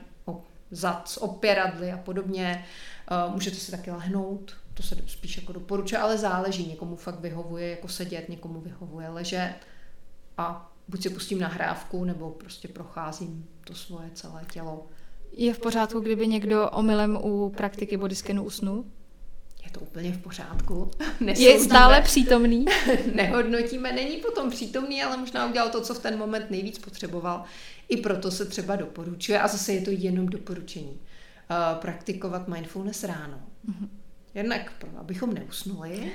zad s opěradly a podobně. Můžete si taky lehnout, to se spíš jako doporučuje, ale záleží, někomu fakt vyhovuje jako sedět, někomu vyhovuje ležet a buď si pustím nahrávku, nebo prostě procházím to svoje celé tělo Je v pořádku, kdyby někdo omylem u praktiky bodyscanu usnul? Je to úplně v pořádku. Je stále přítomný? Nehodnotíme, není potom přítomný, ale možná udělal to, co v ten moment nejvíc potřeboval. I proto se třeba doporučuje, a zase je to jenom doporučení, praktikovat mindfulness ráno. Jednak abychom neusnuli,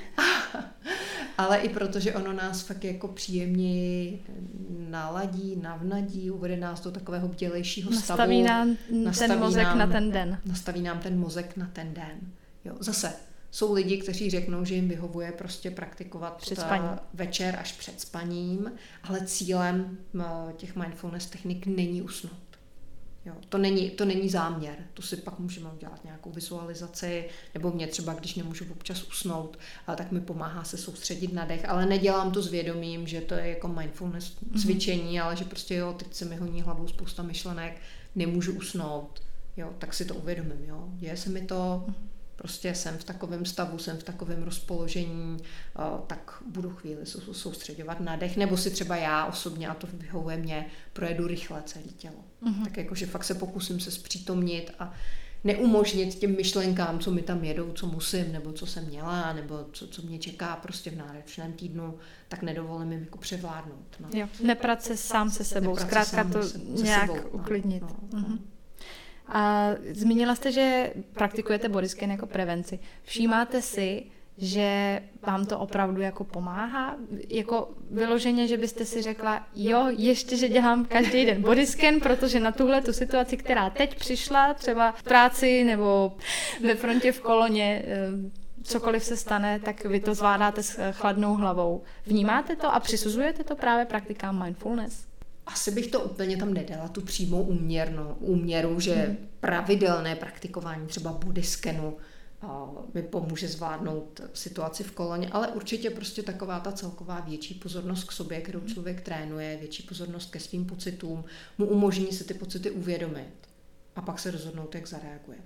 ale i proto, že ono nás fakt jako příjemně naladí, navnadí, uvede nás do takového bdělejšího stavu. Nastaví nám ten mozek na ten den. Nastaví nám ten mozek na ten den. Jo, zase jsou lidi, kteří řeknou, že jim vyhovuje prostě praktikovat večer až před spaním, ale cílem těch mindfulness technik není usnout. Jo, to není záměr, to si pak můžeme udělat nějakou vizualizaci, nebo mě třeba, když nemůžu občas usnout, tak mi pomáhá se soustředit na dech, ale nedělám to s vědomím, že to je jako mindfulness cvičení, ale že prostě jo, teď se mi honí hlavou spousta myšlenek, nemůžu usnout, jo, tak si to uvědomím, jo, děje se mi to, prostě jsem v takovém stavu, jsem v takovém rozpoložení, tak budu chvíli soustředovat na dech, nebo si třeba já osobně, a to vyhovuje mě, projedu rychle celé tělo. Tak jakože fakt se pokusím se zpřítomnit a neumožnit těm myšlenkám, co mi tam jedou, co musím, nebo co jsem měla, nebo co mě čeká prostě v náročném týdnu, tak nedovolím jim jako převládnout. No. Jo, neprat se sám se sebou, zkrátka to nějak uklidnit. No. A zmínila jste, že praktikujete bodyscan jako prevenci. Všímáte si, že vám to opravdu jako pomáhá? Jako vyloženě, že byste si řekla, jo, ještě, že dělám každý den bodyscan, protože na tuhle tu situaci, která teď přišla, třeba v práci nebo ve frontě v koloně, cokoliv se stane, tak vy to zvládáte s chladnou hlavou. Vnímáte to a přisuzujete to právě praktikám mindfulness? Asi bych to úplně tam nedala, tu přímou úměru, že pravidelné praktikování třeba bodyscanu mi pomůže zvládnout situaci v koloně, ale určitě prostě taková ta celková větší pozornost k sobě, kterou člověk trénuje, větší pozornost ke svým pocitům, mu umožní si ty pocity uvědomit a pak se rozhodnout, jak zareaguje.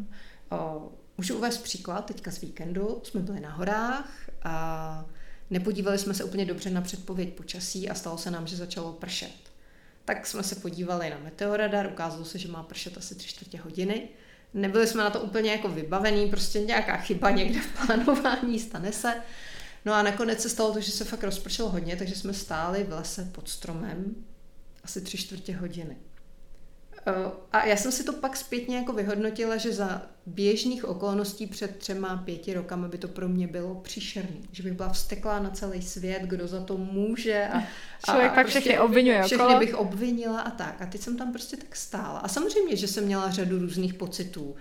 Můžu uvést příklad, teďka z víkendu jsme byli na horách a nepodívali jsme se úplně dobře na předpověď počasí a stalo se nám, že začalo pršet. Tak jsme se podívali na meteoradar, ukázalo se, že má pršet asi 3/4 hodiny. Nebyli jsme na to úplně jako vybavení, prostě nějaká chyba někde v plánování, stane se. No a nakonec se stalo to, že se fakt rozpršelo hodně, takže jsme stáli v lese pod stromem asi 3/4 hodiny. A já jsem si to pak zpětně jako vyhodnotila, že za běžných okolností před 3-5 rokama by to pro mě bylo příšerný. Že bych byla vzteklá na celý svět, kdo za to může. Člověk pak prostě všechny obvinuje. Všechny bych obvinila a tak. A teď jsem tam prostě tak stála. A samozřejmě, že jsem měla řadu různých pocitů.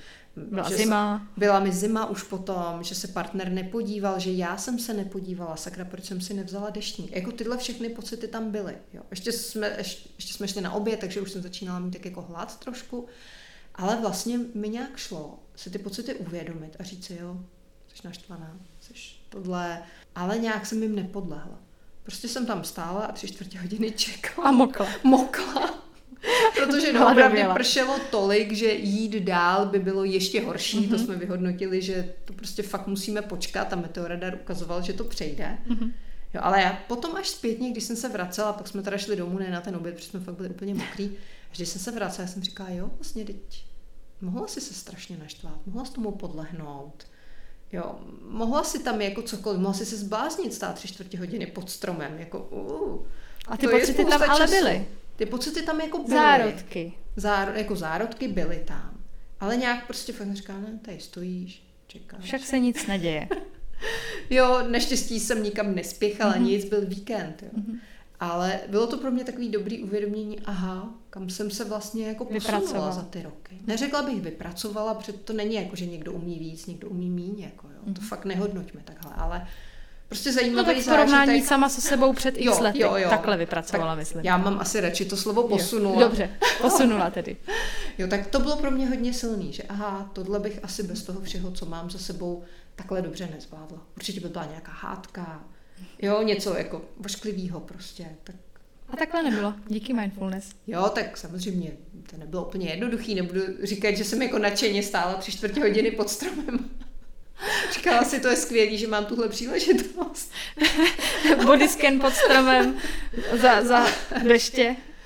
Byla mi zima už potom, že se partner nepodíval, že já jsem se nepodívala, sakra, proč jsem si nevzala deštník. Jako tyhle všechny pocity tam byly. Jo. Ještě jsme šli na oběd, takže už jsem začínala mít tak jako hlad trošku, ale vlastně mi nějak šlo si ty pocity uvědomit a říct si, jo, jsi naštvaná, jsi tohle, ale nějak jsem jim nepodlehla. Prostě jsem tam stála a 3/4 hodiny čekala. A mokla. Protože opravdu pršelo tolik, že jít dál by bylo ještě horší. To jsme vyhodnotili, že to prostě fakt musíme počkat a meteoradar ukazoval, že to přejde. Jo, ale já potom až zpětně, když jsem se vracela, pak jsme teda šli domů, ne na ten oběd, protože jsme fakt byli úplně mokrý. Až když jsem se vracela, jsem říkala, jo, vlastně teď mohla si se strašně naštvát, mohla si tomu podlehnout. Jo, mohla si tam jako cokoliv, mohla si se zbláznit, stát 3/4 hodiny pod stromem. Jako, a ty pocity tam ale byly. Ty pocity tam jako byly. Zárodky. Jako zárodky byly tam. Ale nějak prostě fakt říká, ne, tady stojíš, čekáš. Však se nic neděje. Jo, naštěstí jsem nikam nespěchala, nic, byl víkend. Jo. Ale bylo to pro mě takový dobrý uvědomění, aha, kam jsem se vlastně jako posunula za ty roky. Neřekla bych vypracovala, protože to není jako, že někdo umí víc, někdo umí míň, jako jo. To fakt nehodnoťme takhle, ale prostě zajímavý zážitek. No tak porovnání sama se sebou před x lety. Jo. Takhle vypracovala, tak myslím. Já mám asi radši to slovo posunula. Dobře, posunula tedy. Jo, tak to bylo pro mě hodně silný, že aha, tohle bych asi bez toho všeho, co mám za sebou, takhle dobře nezvládla. Určitě by byla nějaká hádka, jo, něco jako ošklivýho prostě. Tak. A takhle nebylo, díky mindfulness. Jo, tak samozřejmě to nebylo úplně jednoduchý, nebudu říkat, že jsem jako nadšeně stála 3/4 hodiny pod stromem. Říkala si, to je skvělý, že mám tuhle příležitost. Bodyscan pod stromem za deště.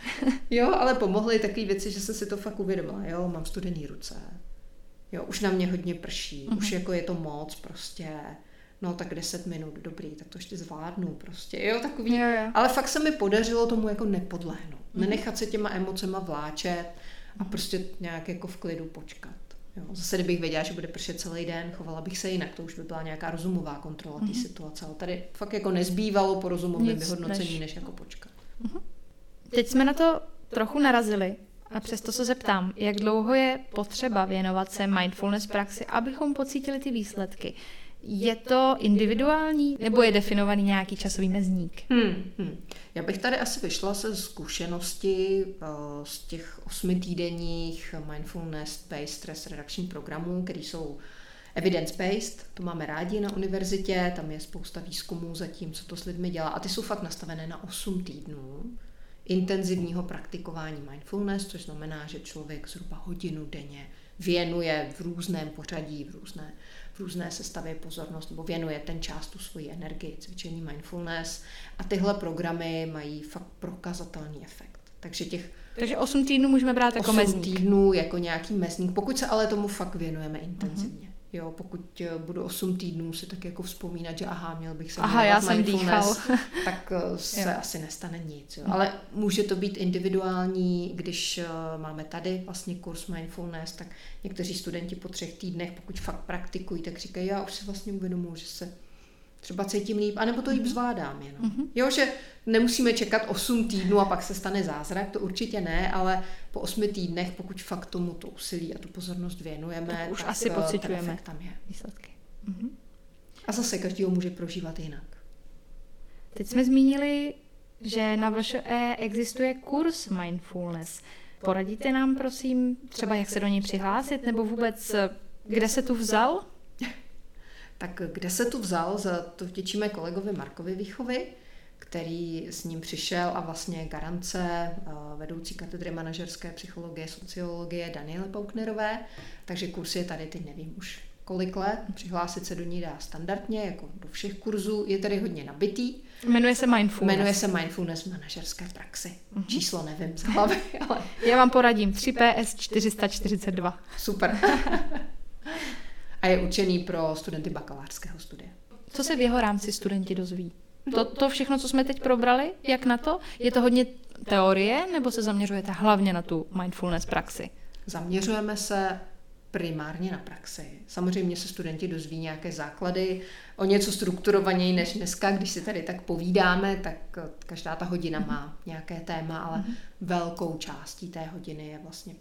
Jo, ale pomohly takové věci, že jsem si to fakt uvědomila. Jo, mám studený ruce. Jo, už na mě hodně prší. Už jako je to moc prostě. No tak 10 minut, dobrý, tak to ještě zvládnu prostě. Jo, takový. Jo. Ale fakt se mi podařilo tomu jako nepodlehnout. Nenechat se těma emocema vláčet a prostě nějak jako v klidu počkat. Jo. Zase kdybych věděla, že bude pršet celý den, chovala bych se jinak, to už by byla nějaká rozumová kontrola té situace. Ale tady fakt jako nezbývalo po rozumovém vyhodnocení, než jako počkat. Teď jsme na to trochu narazili a přesto se zeptám, jak dlouho je potřeba věnovat se mindfulness praxi, abychom pocítili ty výsledky. Je to individuální nebo je definovaný nějaký časový mezník? Já bych tady asi vyšla se zkušenosti z těch 8týdenních mindfulness-based stress reduction programů, které jsou evidence-based, to máme rádi na univerzitě, tam je spousta výzkumů za tím, co to s lidmi dělá a ty jsou fakt nastavené na 8 týdnů intenzivního praktikování mindfulness, což znamená, že člověk zhruba hodinu denně věnuje v různém pořadí, v různé sestavě pozornost, nebo věnuje ten čas tu svoji energii, cvičení mindfulness a tyhle programy mají fakt prokazatelný efekt. Takže 8 týdnů můžeme brát jako mezník. 8 týdnů jako nějaký mezník, pokud se ale tomu fakt věnujeme intenzivně. Jo, pokud budu 8 týdnů si tak jako vzpomínat, že měl bych se věnovat mindfulness, tak se asi nestane nic. Jo. Ale může to být individuální, když máme tady vlastně kurz mindfulness, tak někteří studenti po 3 týdnech, pokud fakt praktikují, tak říkají, já už si vlastně uvědomuji, že se třeba cítím líp, anebo to líp zvládám jenom. Jo, že nemusíme čekat 8 týdnů a pak se stane zázrak, to určitě ne, ale po 8 týdnech, pokud fakt tomu to úsilí a tu pozornost věnujeme, tak už asi pociťujeme ten efekt tam je. Výsledky. A zase každý ho může prožívat jinak. Teď jsme zmínili, že na VŠE existuje kurz mindfulness. Poradíte nám, prosím, třeba jak se do něj přihlásit, nebo vůbec kde se tu vzal? Tak kde se tu vzal, za to vděčíme kolegovi Markovi Výchovy, který s ním přišel a vlastně garance vedoucí katedry manažerské psychologie, sociologie Daniely Pauknerové, takže kurz je tady, teď nevím už kolik let, přihlásit se do ní dá standardně, jako do všech kurzů, je tady hodně nabitý. Jmenuje se Mindfulness manažerské praxi. Číslo nevím z hlavy, ale... Já vám poradím, 3PS 442. Super. A je určený pro studenty bakalářského studia. Co se v jeho rámci studenti dozví? To všechno, co jsme teď probrali, jak na to? Je to hodně teorie, nebo se zaměřujete hlavně na tu mindfulness praxi? Zaměřujeme se primárně na praxi. Samozřejmě se studenti dozví nějaké základy, o něco strukturovaněji než dneska, když si tady tak povídáme, tak každá ta hodina má nějaké téma, ale velkou částí té hodiny je vlastně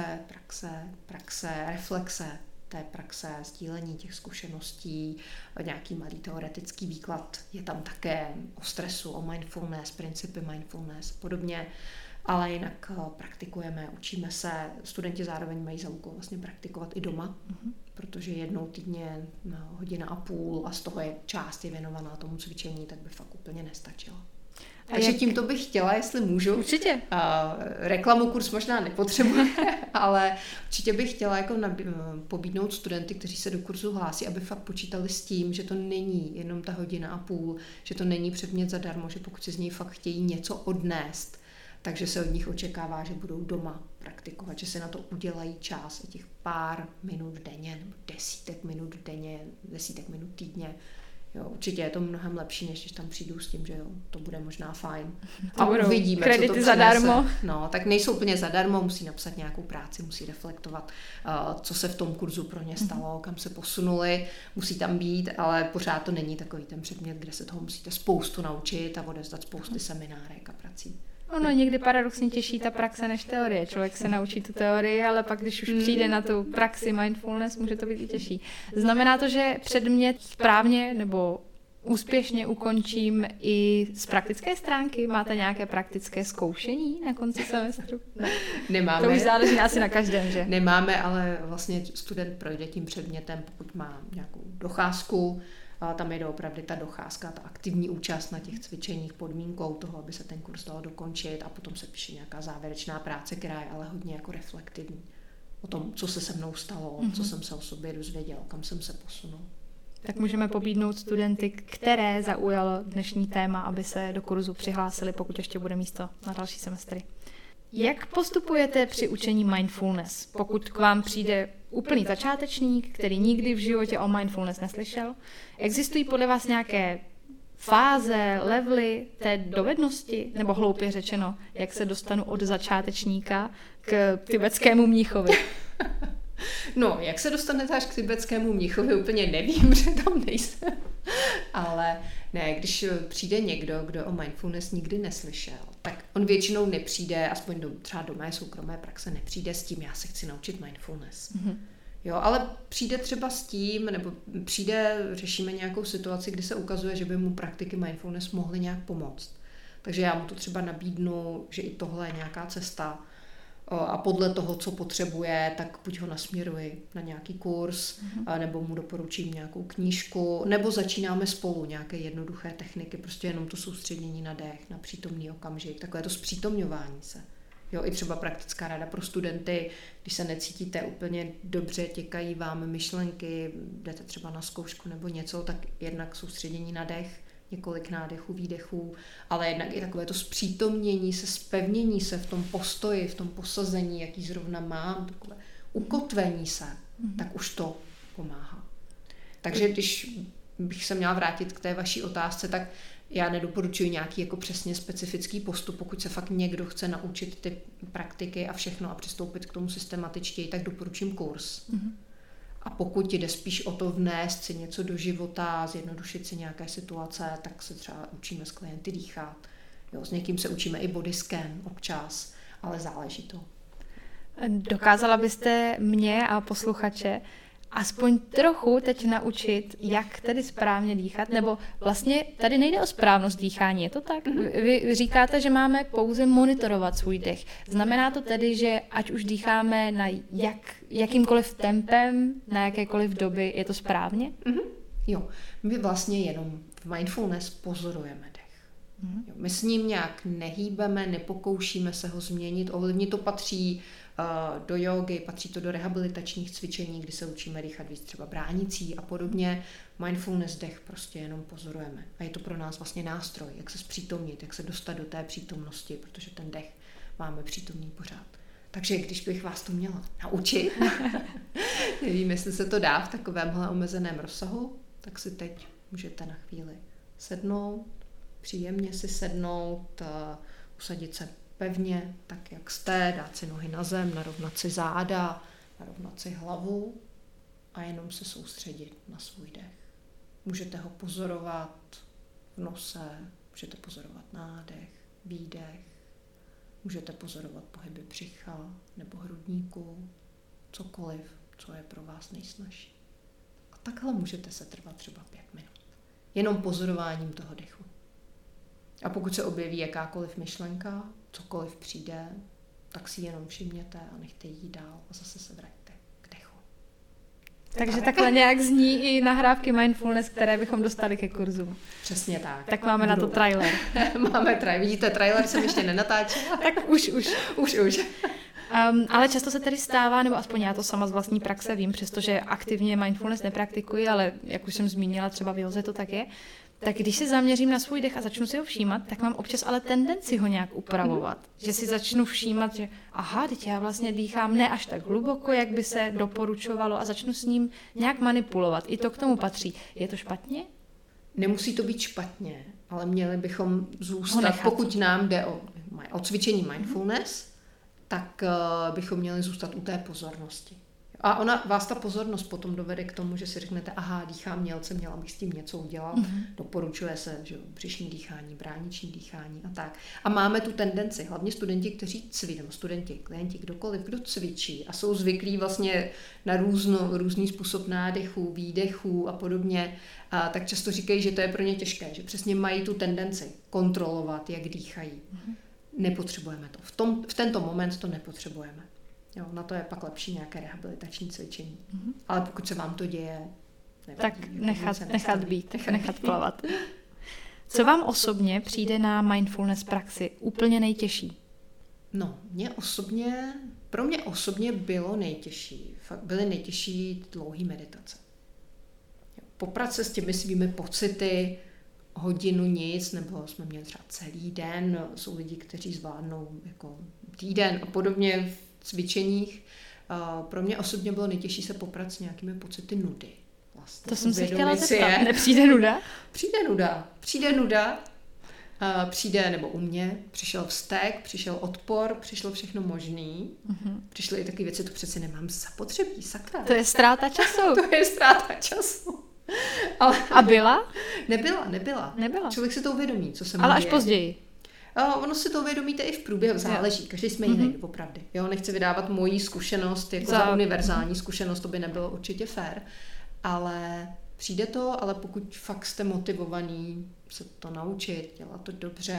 praxe, reflexe té praxe, sdílení těch zkušeností, nějaký malý teoretický výklad je tam také o stresu, o mindfulness, principy mindfulness, podobně, ale jinak praktikujeme, učíme se, studenti zároveň mají za úkol vlastně praktikovat i doma, protože jednou týdně 1,5 hodiny a z toho je část je věnovaná tomu cvičení, tak by fakt úplně nestačilo. Takže tímto bych chtěla, jestli můžu. Určitě. Reklamu kurz možná nepotřebuje, ale určitě bych chtěla jako pobídnout studenty, kteří se do kurzu hlásí, aby fakt počítali s tím, že to není jenom ta 1,5 hodiny, že to není předmět zadarmo, že pokud si z něj fakt chtějí něco odnést, takže se od nich očekává, že budou doma praktikovat, že se na to udělají čas, těch pár minut denně, nebo desítek minut týdně. Jo, určitě je to mnohem lepší, než když tam přijdu s tím, že jo, to bude možná fajn. A uvidíme, kredity co to zadarmo. No, tak nejsou úplně zadarmo, musí napsat nějakou práci, musí reflektovat, co se v tom kurzu pro ně stalo, kam se posunuli, musí tam být, ale pořád to není takový ten předmět, kde se toho musíte spoustu naučit a odevzdat spousty seminárek a prací. Ono někdy paradoxně těžší ta praxe než teorie. Člověk se naučí tu teorii, ale pak, když už přijde na tu praxi mindfulness, může to být i těžší. Znamená to, že předmět správně nebo úspěšně ukončím i z praktické stránky? Máte nějaké praktické zkoušení na konci semestru? Ne. Nemáme. To už záleží asi na každém, že? Nemáme, ale vlastně student projde tím předmětem, pokud má nějakou docházku. Tam je doopravdy ta docházka, ta aktivní účast na těch cvičeních podmínkou toho, aby se ten kurz dal dokončit a potom se píše nějaká závěrečná práce, která je ale hodně jako reflektivní. O tom, co se se mnou stalo, co jsem se o sobě dozvěděl, kam jsem se posunul. Tak můžeme pobídnout studenty, které zaujalo dnešní téma, aby se do kurzu přihlásili, pokud ještě bude místo na další semestry. Jak postupujete při učení mindfulness? Pokud k vám přijde úplný začátečník, který nikdy v životě o mindfulness neslyšel, existují podle vás nějaké fáze, levely té dovednosti, nebo hloupě řečeno, jak se dostanu od začátečníka k tibetskému mnichovi? No, jak se dostanete až k tibetskému mnichovi, úplně nevím, že tam nejsem. Ale ne, když přijde někdo, kdo o mindfulness nikdy neslyšel, tak on většinou nepřijde, aspoň třeba do mé soukromé praxe nepřijde s tím, já se chci naučit mindfulness. Mm-hmm. Jo, ale přijde třeba s tím, nebo řešíme nějakou situaci, kdy se ukazuje, že by mu praktiky mindfulness mohly nějak pomoct. Takže já mu to třeba nabídnu, že i tohle je nějaká cesta a podle toho, co potřebuje, tak buď ho nasměruji na nějaký kurz, nebo mu doporučím nějakou knížku, nebo začínáme spolu nějaké jednoduché techniky, prostě jenom to soustředění na dech, na přítomný okamžik, takové to zpřítomňování se. Jo, i třeba praktická rada pro studenty, když se necítíte úplně dobře, těkají vám myšlenky, jdete třeba na zkoušku nebo něco, tak jednak soustředění na dech, několik nádechů, výdechů, ale jednak i takové to zpřítomnění se, zpevnění se v tom postoji, v tom posazení, jaký zrovna mám, takové ukotvení se, tak už to pomáhá. Takže když bych se měla vrátit k té vaší otázce, tak já nedoporučuji nějaký jako přesně specifický postup, pokud se fakt někdo chce naučit ty praktiky a všechno a přistoupit k tomu systematičtěji, tak doporučím kurz. A pokud jde spíš o to vnést si něco do života, zjednodušit si nějaké situace, tak se třeba učíme s klienty dýchat. Jo, s někým se učíme i body scan občas, ale záleží to. Dokázala byste mě a posluchače aspoň trochu teď naučit, jak tedy správně dýchat, nebo vlastně tady nejde o správnost dýchání, je to tak? Vy říkáte, že máme pouze monitorovat svůj dech. Znamená to tedy, že ať už dýcháme na jakýmkoliv tempem, na jakékoliv doby, je to správně? Jo, my vlastně jenom v mindfulness pozorujeme dech. Jo, my s ním nějak nehýbeme, nepokoušíme se ho změnit, ovlivnit. To patří do jógy, patří to do rehabilitačních cvičení, kdy se učíme dýchat víc třeba bránicí a podobně. Mindfulness dech prostě jenom pozorujeme. A je to pro nás vlastně nástroj, jak se zpřítomnit, jak se dostat do té přítomnosti, protože ten dech máme přítomný pořád. Takže když bych vás to měla naučit, nevím, jestli se to dá v takovémhle omezeném rozsahu, tak si teď můžete na chvíli sednout, příjemně si sednout, usadit se pevně, tak jak jste, dát si nohy na zem, narovnat si záda, narovnat si hlavu a jenom se soustředit na svůj dech. Můžete ho pozorovat v nose, můžete pozorovat nádech, výdech, můžete pozorovat pohyby břicha nebo hrudníku, cokoliv, co je pro vás nejsnažší. A takhle můžete se trvat třeba 5 minut. Jenom pozorováním toho dechu. A pokud se objeví jakákoliv myšlenka, cokoliv přijde, tak si jenom všimněte a nechte jí dál a zase se vraťte k dechu. Takže takhle nějak zní i nahrávky mindfulness, které bychom dostali ke kurzu. Přesně tak. Tak máme na to trailer. Máme trailer. Vidíte, trailer jsem ještě nenatáčela. Tak už. Ale často se tedy stává, nebo aspoň já to sama z vlastní praxe vím, přestože aktivně mindfulness nepraktikuji, ale jak už jsem zmínila, třeba v józe to tak je, tak když se zaměřím na svůj dech a začnu si ho všímat, tak mám občas ale tendenci ho nějak upravovat. Že si začnu všímat, že aha, teď já vlastně dýchám ne až tak hluboko, jak by se doporučovalo a začnu s ním nějak manipulovat. I to k tomu patří. Je to špatně? Nemusí to být špatně, ale měli bychom zůstat, pokud nám jde o cvičení mindfulness, tak bychom měli zůstat u té pozornosti. A vás ta pozornost potom dovede k tomu, že si řeknete, aha, dýchám mělce, měla bych s tím něco udělat. Doporučuje se, že břišní dýchání, brániční dýchání a tak. A máme tu tendenci, hlavně studenti, kteří cvičí, nebo studenti, klienti, kdokoliv, kdo cvičí a jsou zvyklí vlastně na různý způsob nádechů, výdechů a podobně, tak často říkají, že to je pro ně těžké, že přesně mají tu tendenci kontrolovat, jak dýchají. Nepotřebujeme to. V tento moment to nepotřebujeme. Jo, na to je pak lepší nějaké rehabilitační cvičení. Ale pokud se vám to děje, tak nechat být, nechat plavat. Co vám osobně přijde na mindfulness praxi úplně nejtěžší? No, pro mě osobně bylo nejtěžší. Byly nejtěžší dlouhé meditace. Poprat se s těmi svými pocity, hodinu nic, nebo jsme měli třeba celý den, jsou lidi, kteří zvládnou jako týden a podobně v cvičeních. Pro mě osobně bylo nejtěžší se poprat s nějakými pocity nudy. Vlastně. To jsem se chtěla zeptat. Nepřijde nuda? Přijde nuda. Přijde, nebo u mě, přišel vztek, přišel odpor, přišlo všechno možný. Přišly i takové věci, to přeci nemám zapotřebí, sakra. To je ztráta času. To je ztráta času. Ale... A byla? Nebyla. Člověk si to uvědomí, co se mu Ale děje. až později. Ono si to uvědomíte i v průběhu, záleží. Každý jsme jiný, opravdu. Jo, nechci vydávat moji zkušenost jako za univerzální zkušenost, to by nebylo určitě fér. Ale přijde to, ale pokud fakt jste motivovaný se to naučit, dělat to dobře,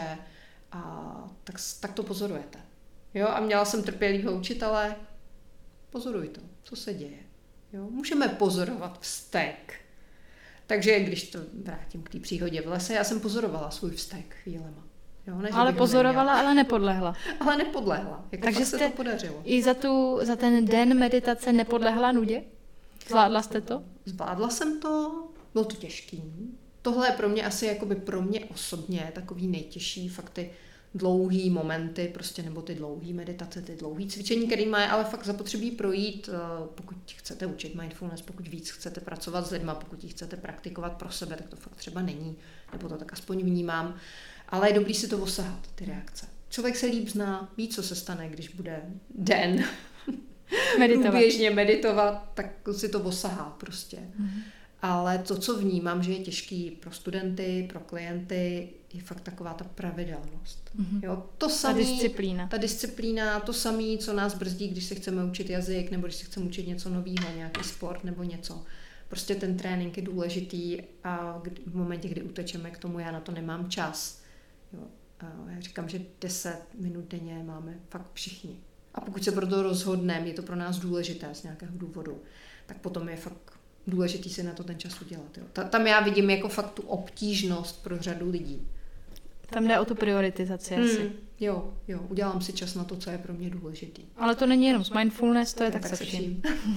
tak to pozorujete. Jo, a měla jsem trpělivého učitele, pozoruj to, co se děje. Jo, můžeme pozorovat vztek. Takže když to vrátím k té příhodě v lese, já jsem pozorovala svůj vztek chvílema. Jo, ale pozorovala, ale nepodlehla. Jako takže se to podařilo. I za ten den meditace nepodlehla nudě? Zvládla jste to? Zvládla jsem to, bylo to těžký. Tohle je pro mě asi jakoby pro mě osobně takový nejtěžší, fakt ty dlouhý momenty, prostě nebo ty dlouhý meditace, ty dlouhý cvičení, který má ale fakt zapotřebí projít, pokud chcete učit mindfulness, pokud víc chcete pracovat s lidma, pokud ji chcete praktikovat pro sebe, tak to fakt třeba není, nebo to tak aspoň vnímám, ale je dobrý si to osahat, ty reakce. Člověk se líp zná, ví, co se stane, když bude den průběžně meditovat, tak si to osahá prostě. Ale to, co vnímám, že je těžký pro studenty, pro klienty, je fakt taková ta pravidelnost. Jo, to samý, ta disciplína, to samé, co nás brzdí, když se chceme učit jazyk, nebo když se chceme učit něco nového, nějaký sport nebo něco. Prostě ten trénink je důležitý a v momentě, kdy utečeme k tomu, já na to nemám čas. Jo, já říkám, že 10 minut denně máme fakt všichni. A pokud se pro to rozhodneme, je to pro nás důležité z nějakého důvodu, tak potom je fakt důležitý si na to ten čas udělat. Jo. Tam já vidím jako fakt tu obtížnost pro řadu lidí. Tam jde o tu prioritizaci asi. Jo, udělám si čas na to, co je pro mě důležitý. Ale to není jenom z mindfulness, to je tak se vším.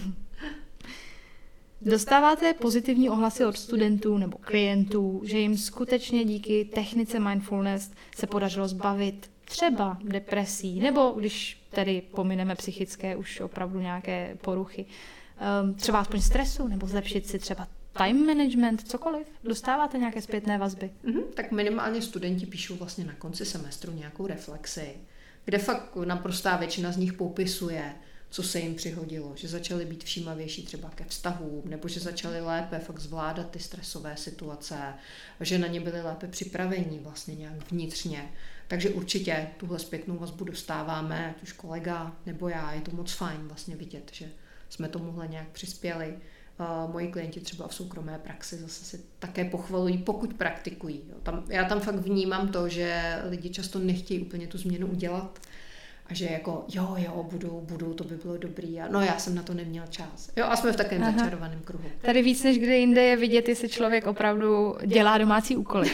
Dostáváte pozitivní ohlasy od studentů nebo klientů, že jim skutečně díky technice mindfulness se podařilo zbavit třeba depresí, nebo když tedy pomineme psychické už opravdu nějaké poruchy, třeba aspoň stresu, nebo zlepšit si třeba time management, cokoliv? Dostáváte nějaké zpětné vazby? Tak minimálně studenti píšou vlastně na konci semestru nějakou reflexi, kde fakt naprostá většina z nich popisuje, co se jim přihodilo, že začali být všímavější třeba ke vztahům, nebo že začali lépe fakt zvládat ty stresové situace, že na ně byli lépe připraveni vlastně nějak vnitřně. Takže určitě tuhle zpětnou vazbu dostáváme, ať už kolega nebo já, je to moc fajn vlastně vidět, že jsme tomuhle nějak přispěli. Moji klienti třeba v soukromé praxi zase si také pochvalují, pokud praktikují. Já tam fakt vnímám to, že lidi často nechtějí úplně tu změnu udělat a že jako jo, budou, to by bylo dobrý. A no já jsem na to neměl čas. Jo, a jsme v takovém začarovaném kruhu. Tady víc než kde jinde je vidět, jestli člověk opravdu dělá domácí úkoly.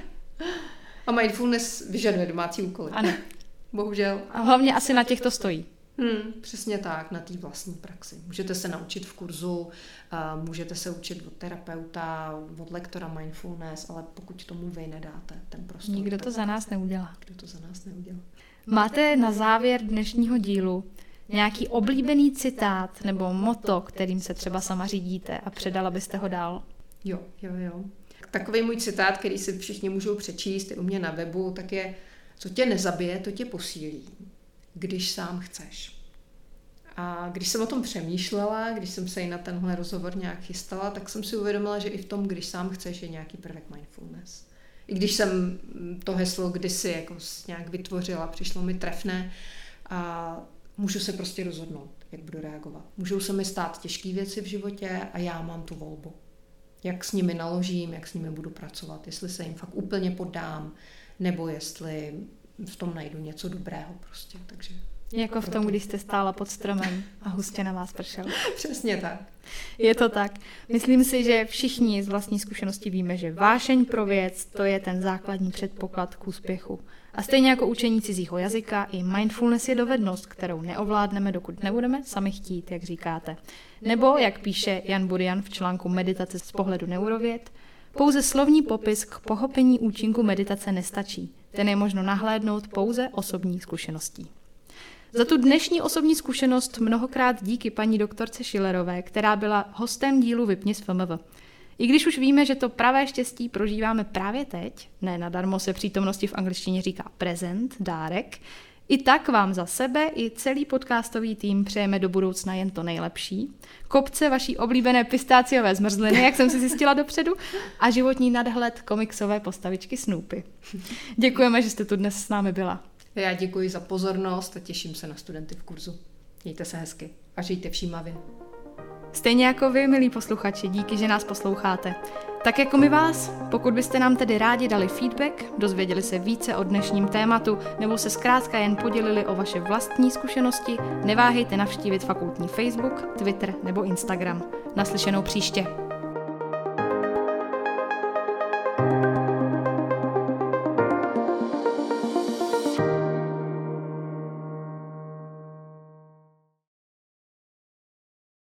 A mindfulness vyžaduje domácí úkoly. Ano. Bohužel. A hlavně asi na těch to stojí. Přesně tak, na té vlastní praxi. Můžete se naučit v kurzu, můžete se učit od terapeuta, od lektora mindfulness, ale pokud tomu vy nedáte ten prostor. Nikdo to za nás neudělá. Máte na závěr dnešního dílu nějaký oblíbený citát nebo motto, kterým se třeba sama řídíte a předala byste ho dál? Jo. Takový můj citát, který si všichni můžou přečíst i u mě na webu, tak je: co tě nezabije, to tě posílí, když sám chceš. A když jsem o tom přemýšlela, když jsem se i na tenhle rozhovor nějak chystala, tak jsem si uvědomila, že i v tom, když sám chceš, je nějaký prvek mindfulness. I když jsem to heslo kdysi jako nějak vytvořila, přišlo mi trefné a můžu se prostě rozhodnout, jak budu reagovat. Můžou se mi stát těžké věci v životě a já mám tu volbu. Jak s nimi naložím, jak s nimi budu pracovat, jestli se jim fakt úplně poddám, nebo jestli v tom najdu něco dobrého prostě, takže... Jako v tom, když jste stála pod stromem a hustě na vás pršelo. Přesně tak. Je to tak. Myslím si, že všichni z vlastní zkušenosti víme, že vášeň pro věc, to je ten základní předpoklad k úspěchu. A stejně jako učení cizího jazyka, i mindfulness je dovednost, kterou neovládneme, dokud nebudeme sami chtít, jak říkáte. Nebo, jak píše Jan Burian v článku Meditace z pohledu neurověd, Pouze slovní popis k pochopení účinku meditace nestačí. Ten je možno nahlédnout pouze osobní zkušeností. Za tu dnešní osobní zkušenost mnohokrát díky paní doktorce Schillerové, která byla hostem dílu Vypni z FMV. I když už víme, že to pravé štěstí prožíváme právě teď, ne nadarmo se přítomnosti v angličtině říká prezent, dárek, i tak vám za sebe i celý podcastový tým přejeme do budoucna jen to nejlepší. Kopce vaší oblíbené pistáciové zmrzliny, jak jsem si zjistila dopředu, a životní nadhled komiksové postavičky Snoopy. Děkujeme, že jste tu dnes s námi byla. Já děkuji za pozornost a těším se na studenty v kurzu. Mějte se hezky a žijte všímavě. Stejně jako vy, milí posluchači, díky, že nás posloucháte. Tak jako my vás, pokud byste nám tedy rádi dali feedback, dozvěděli se více o dnešním tématu nebo se zkrátka jen podělili o vaše vlastní zkušenosti, neváhejte navštívit fakultní Facebook, Twitter nebo Instagram. Naslyšenou příště.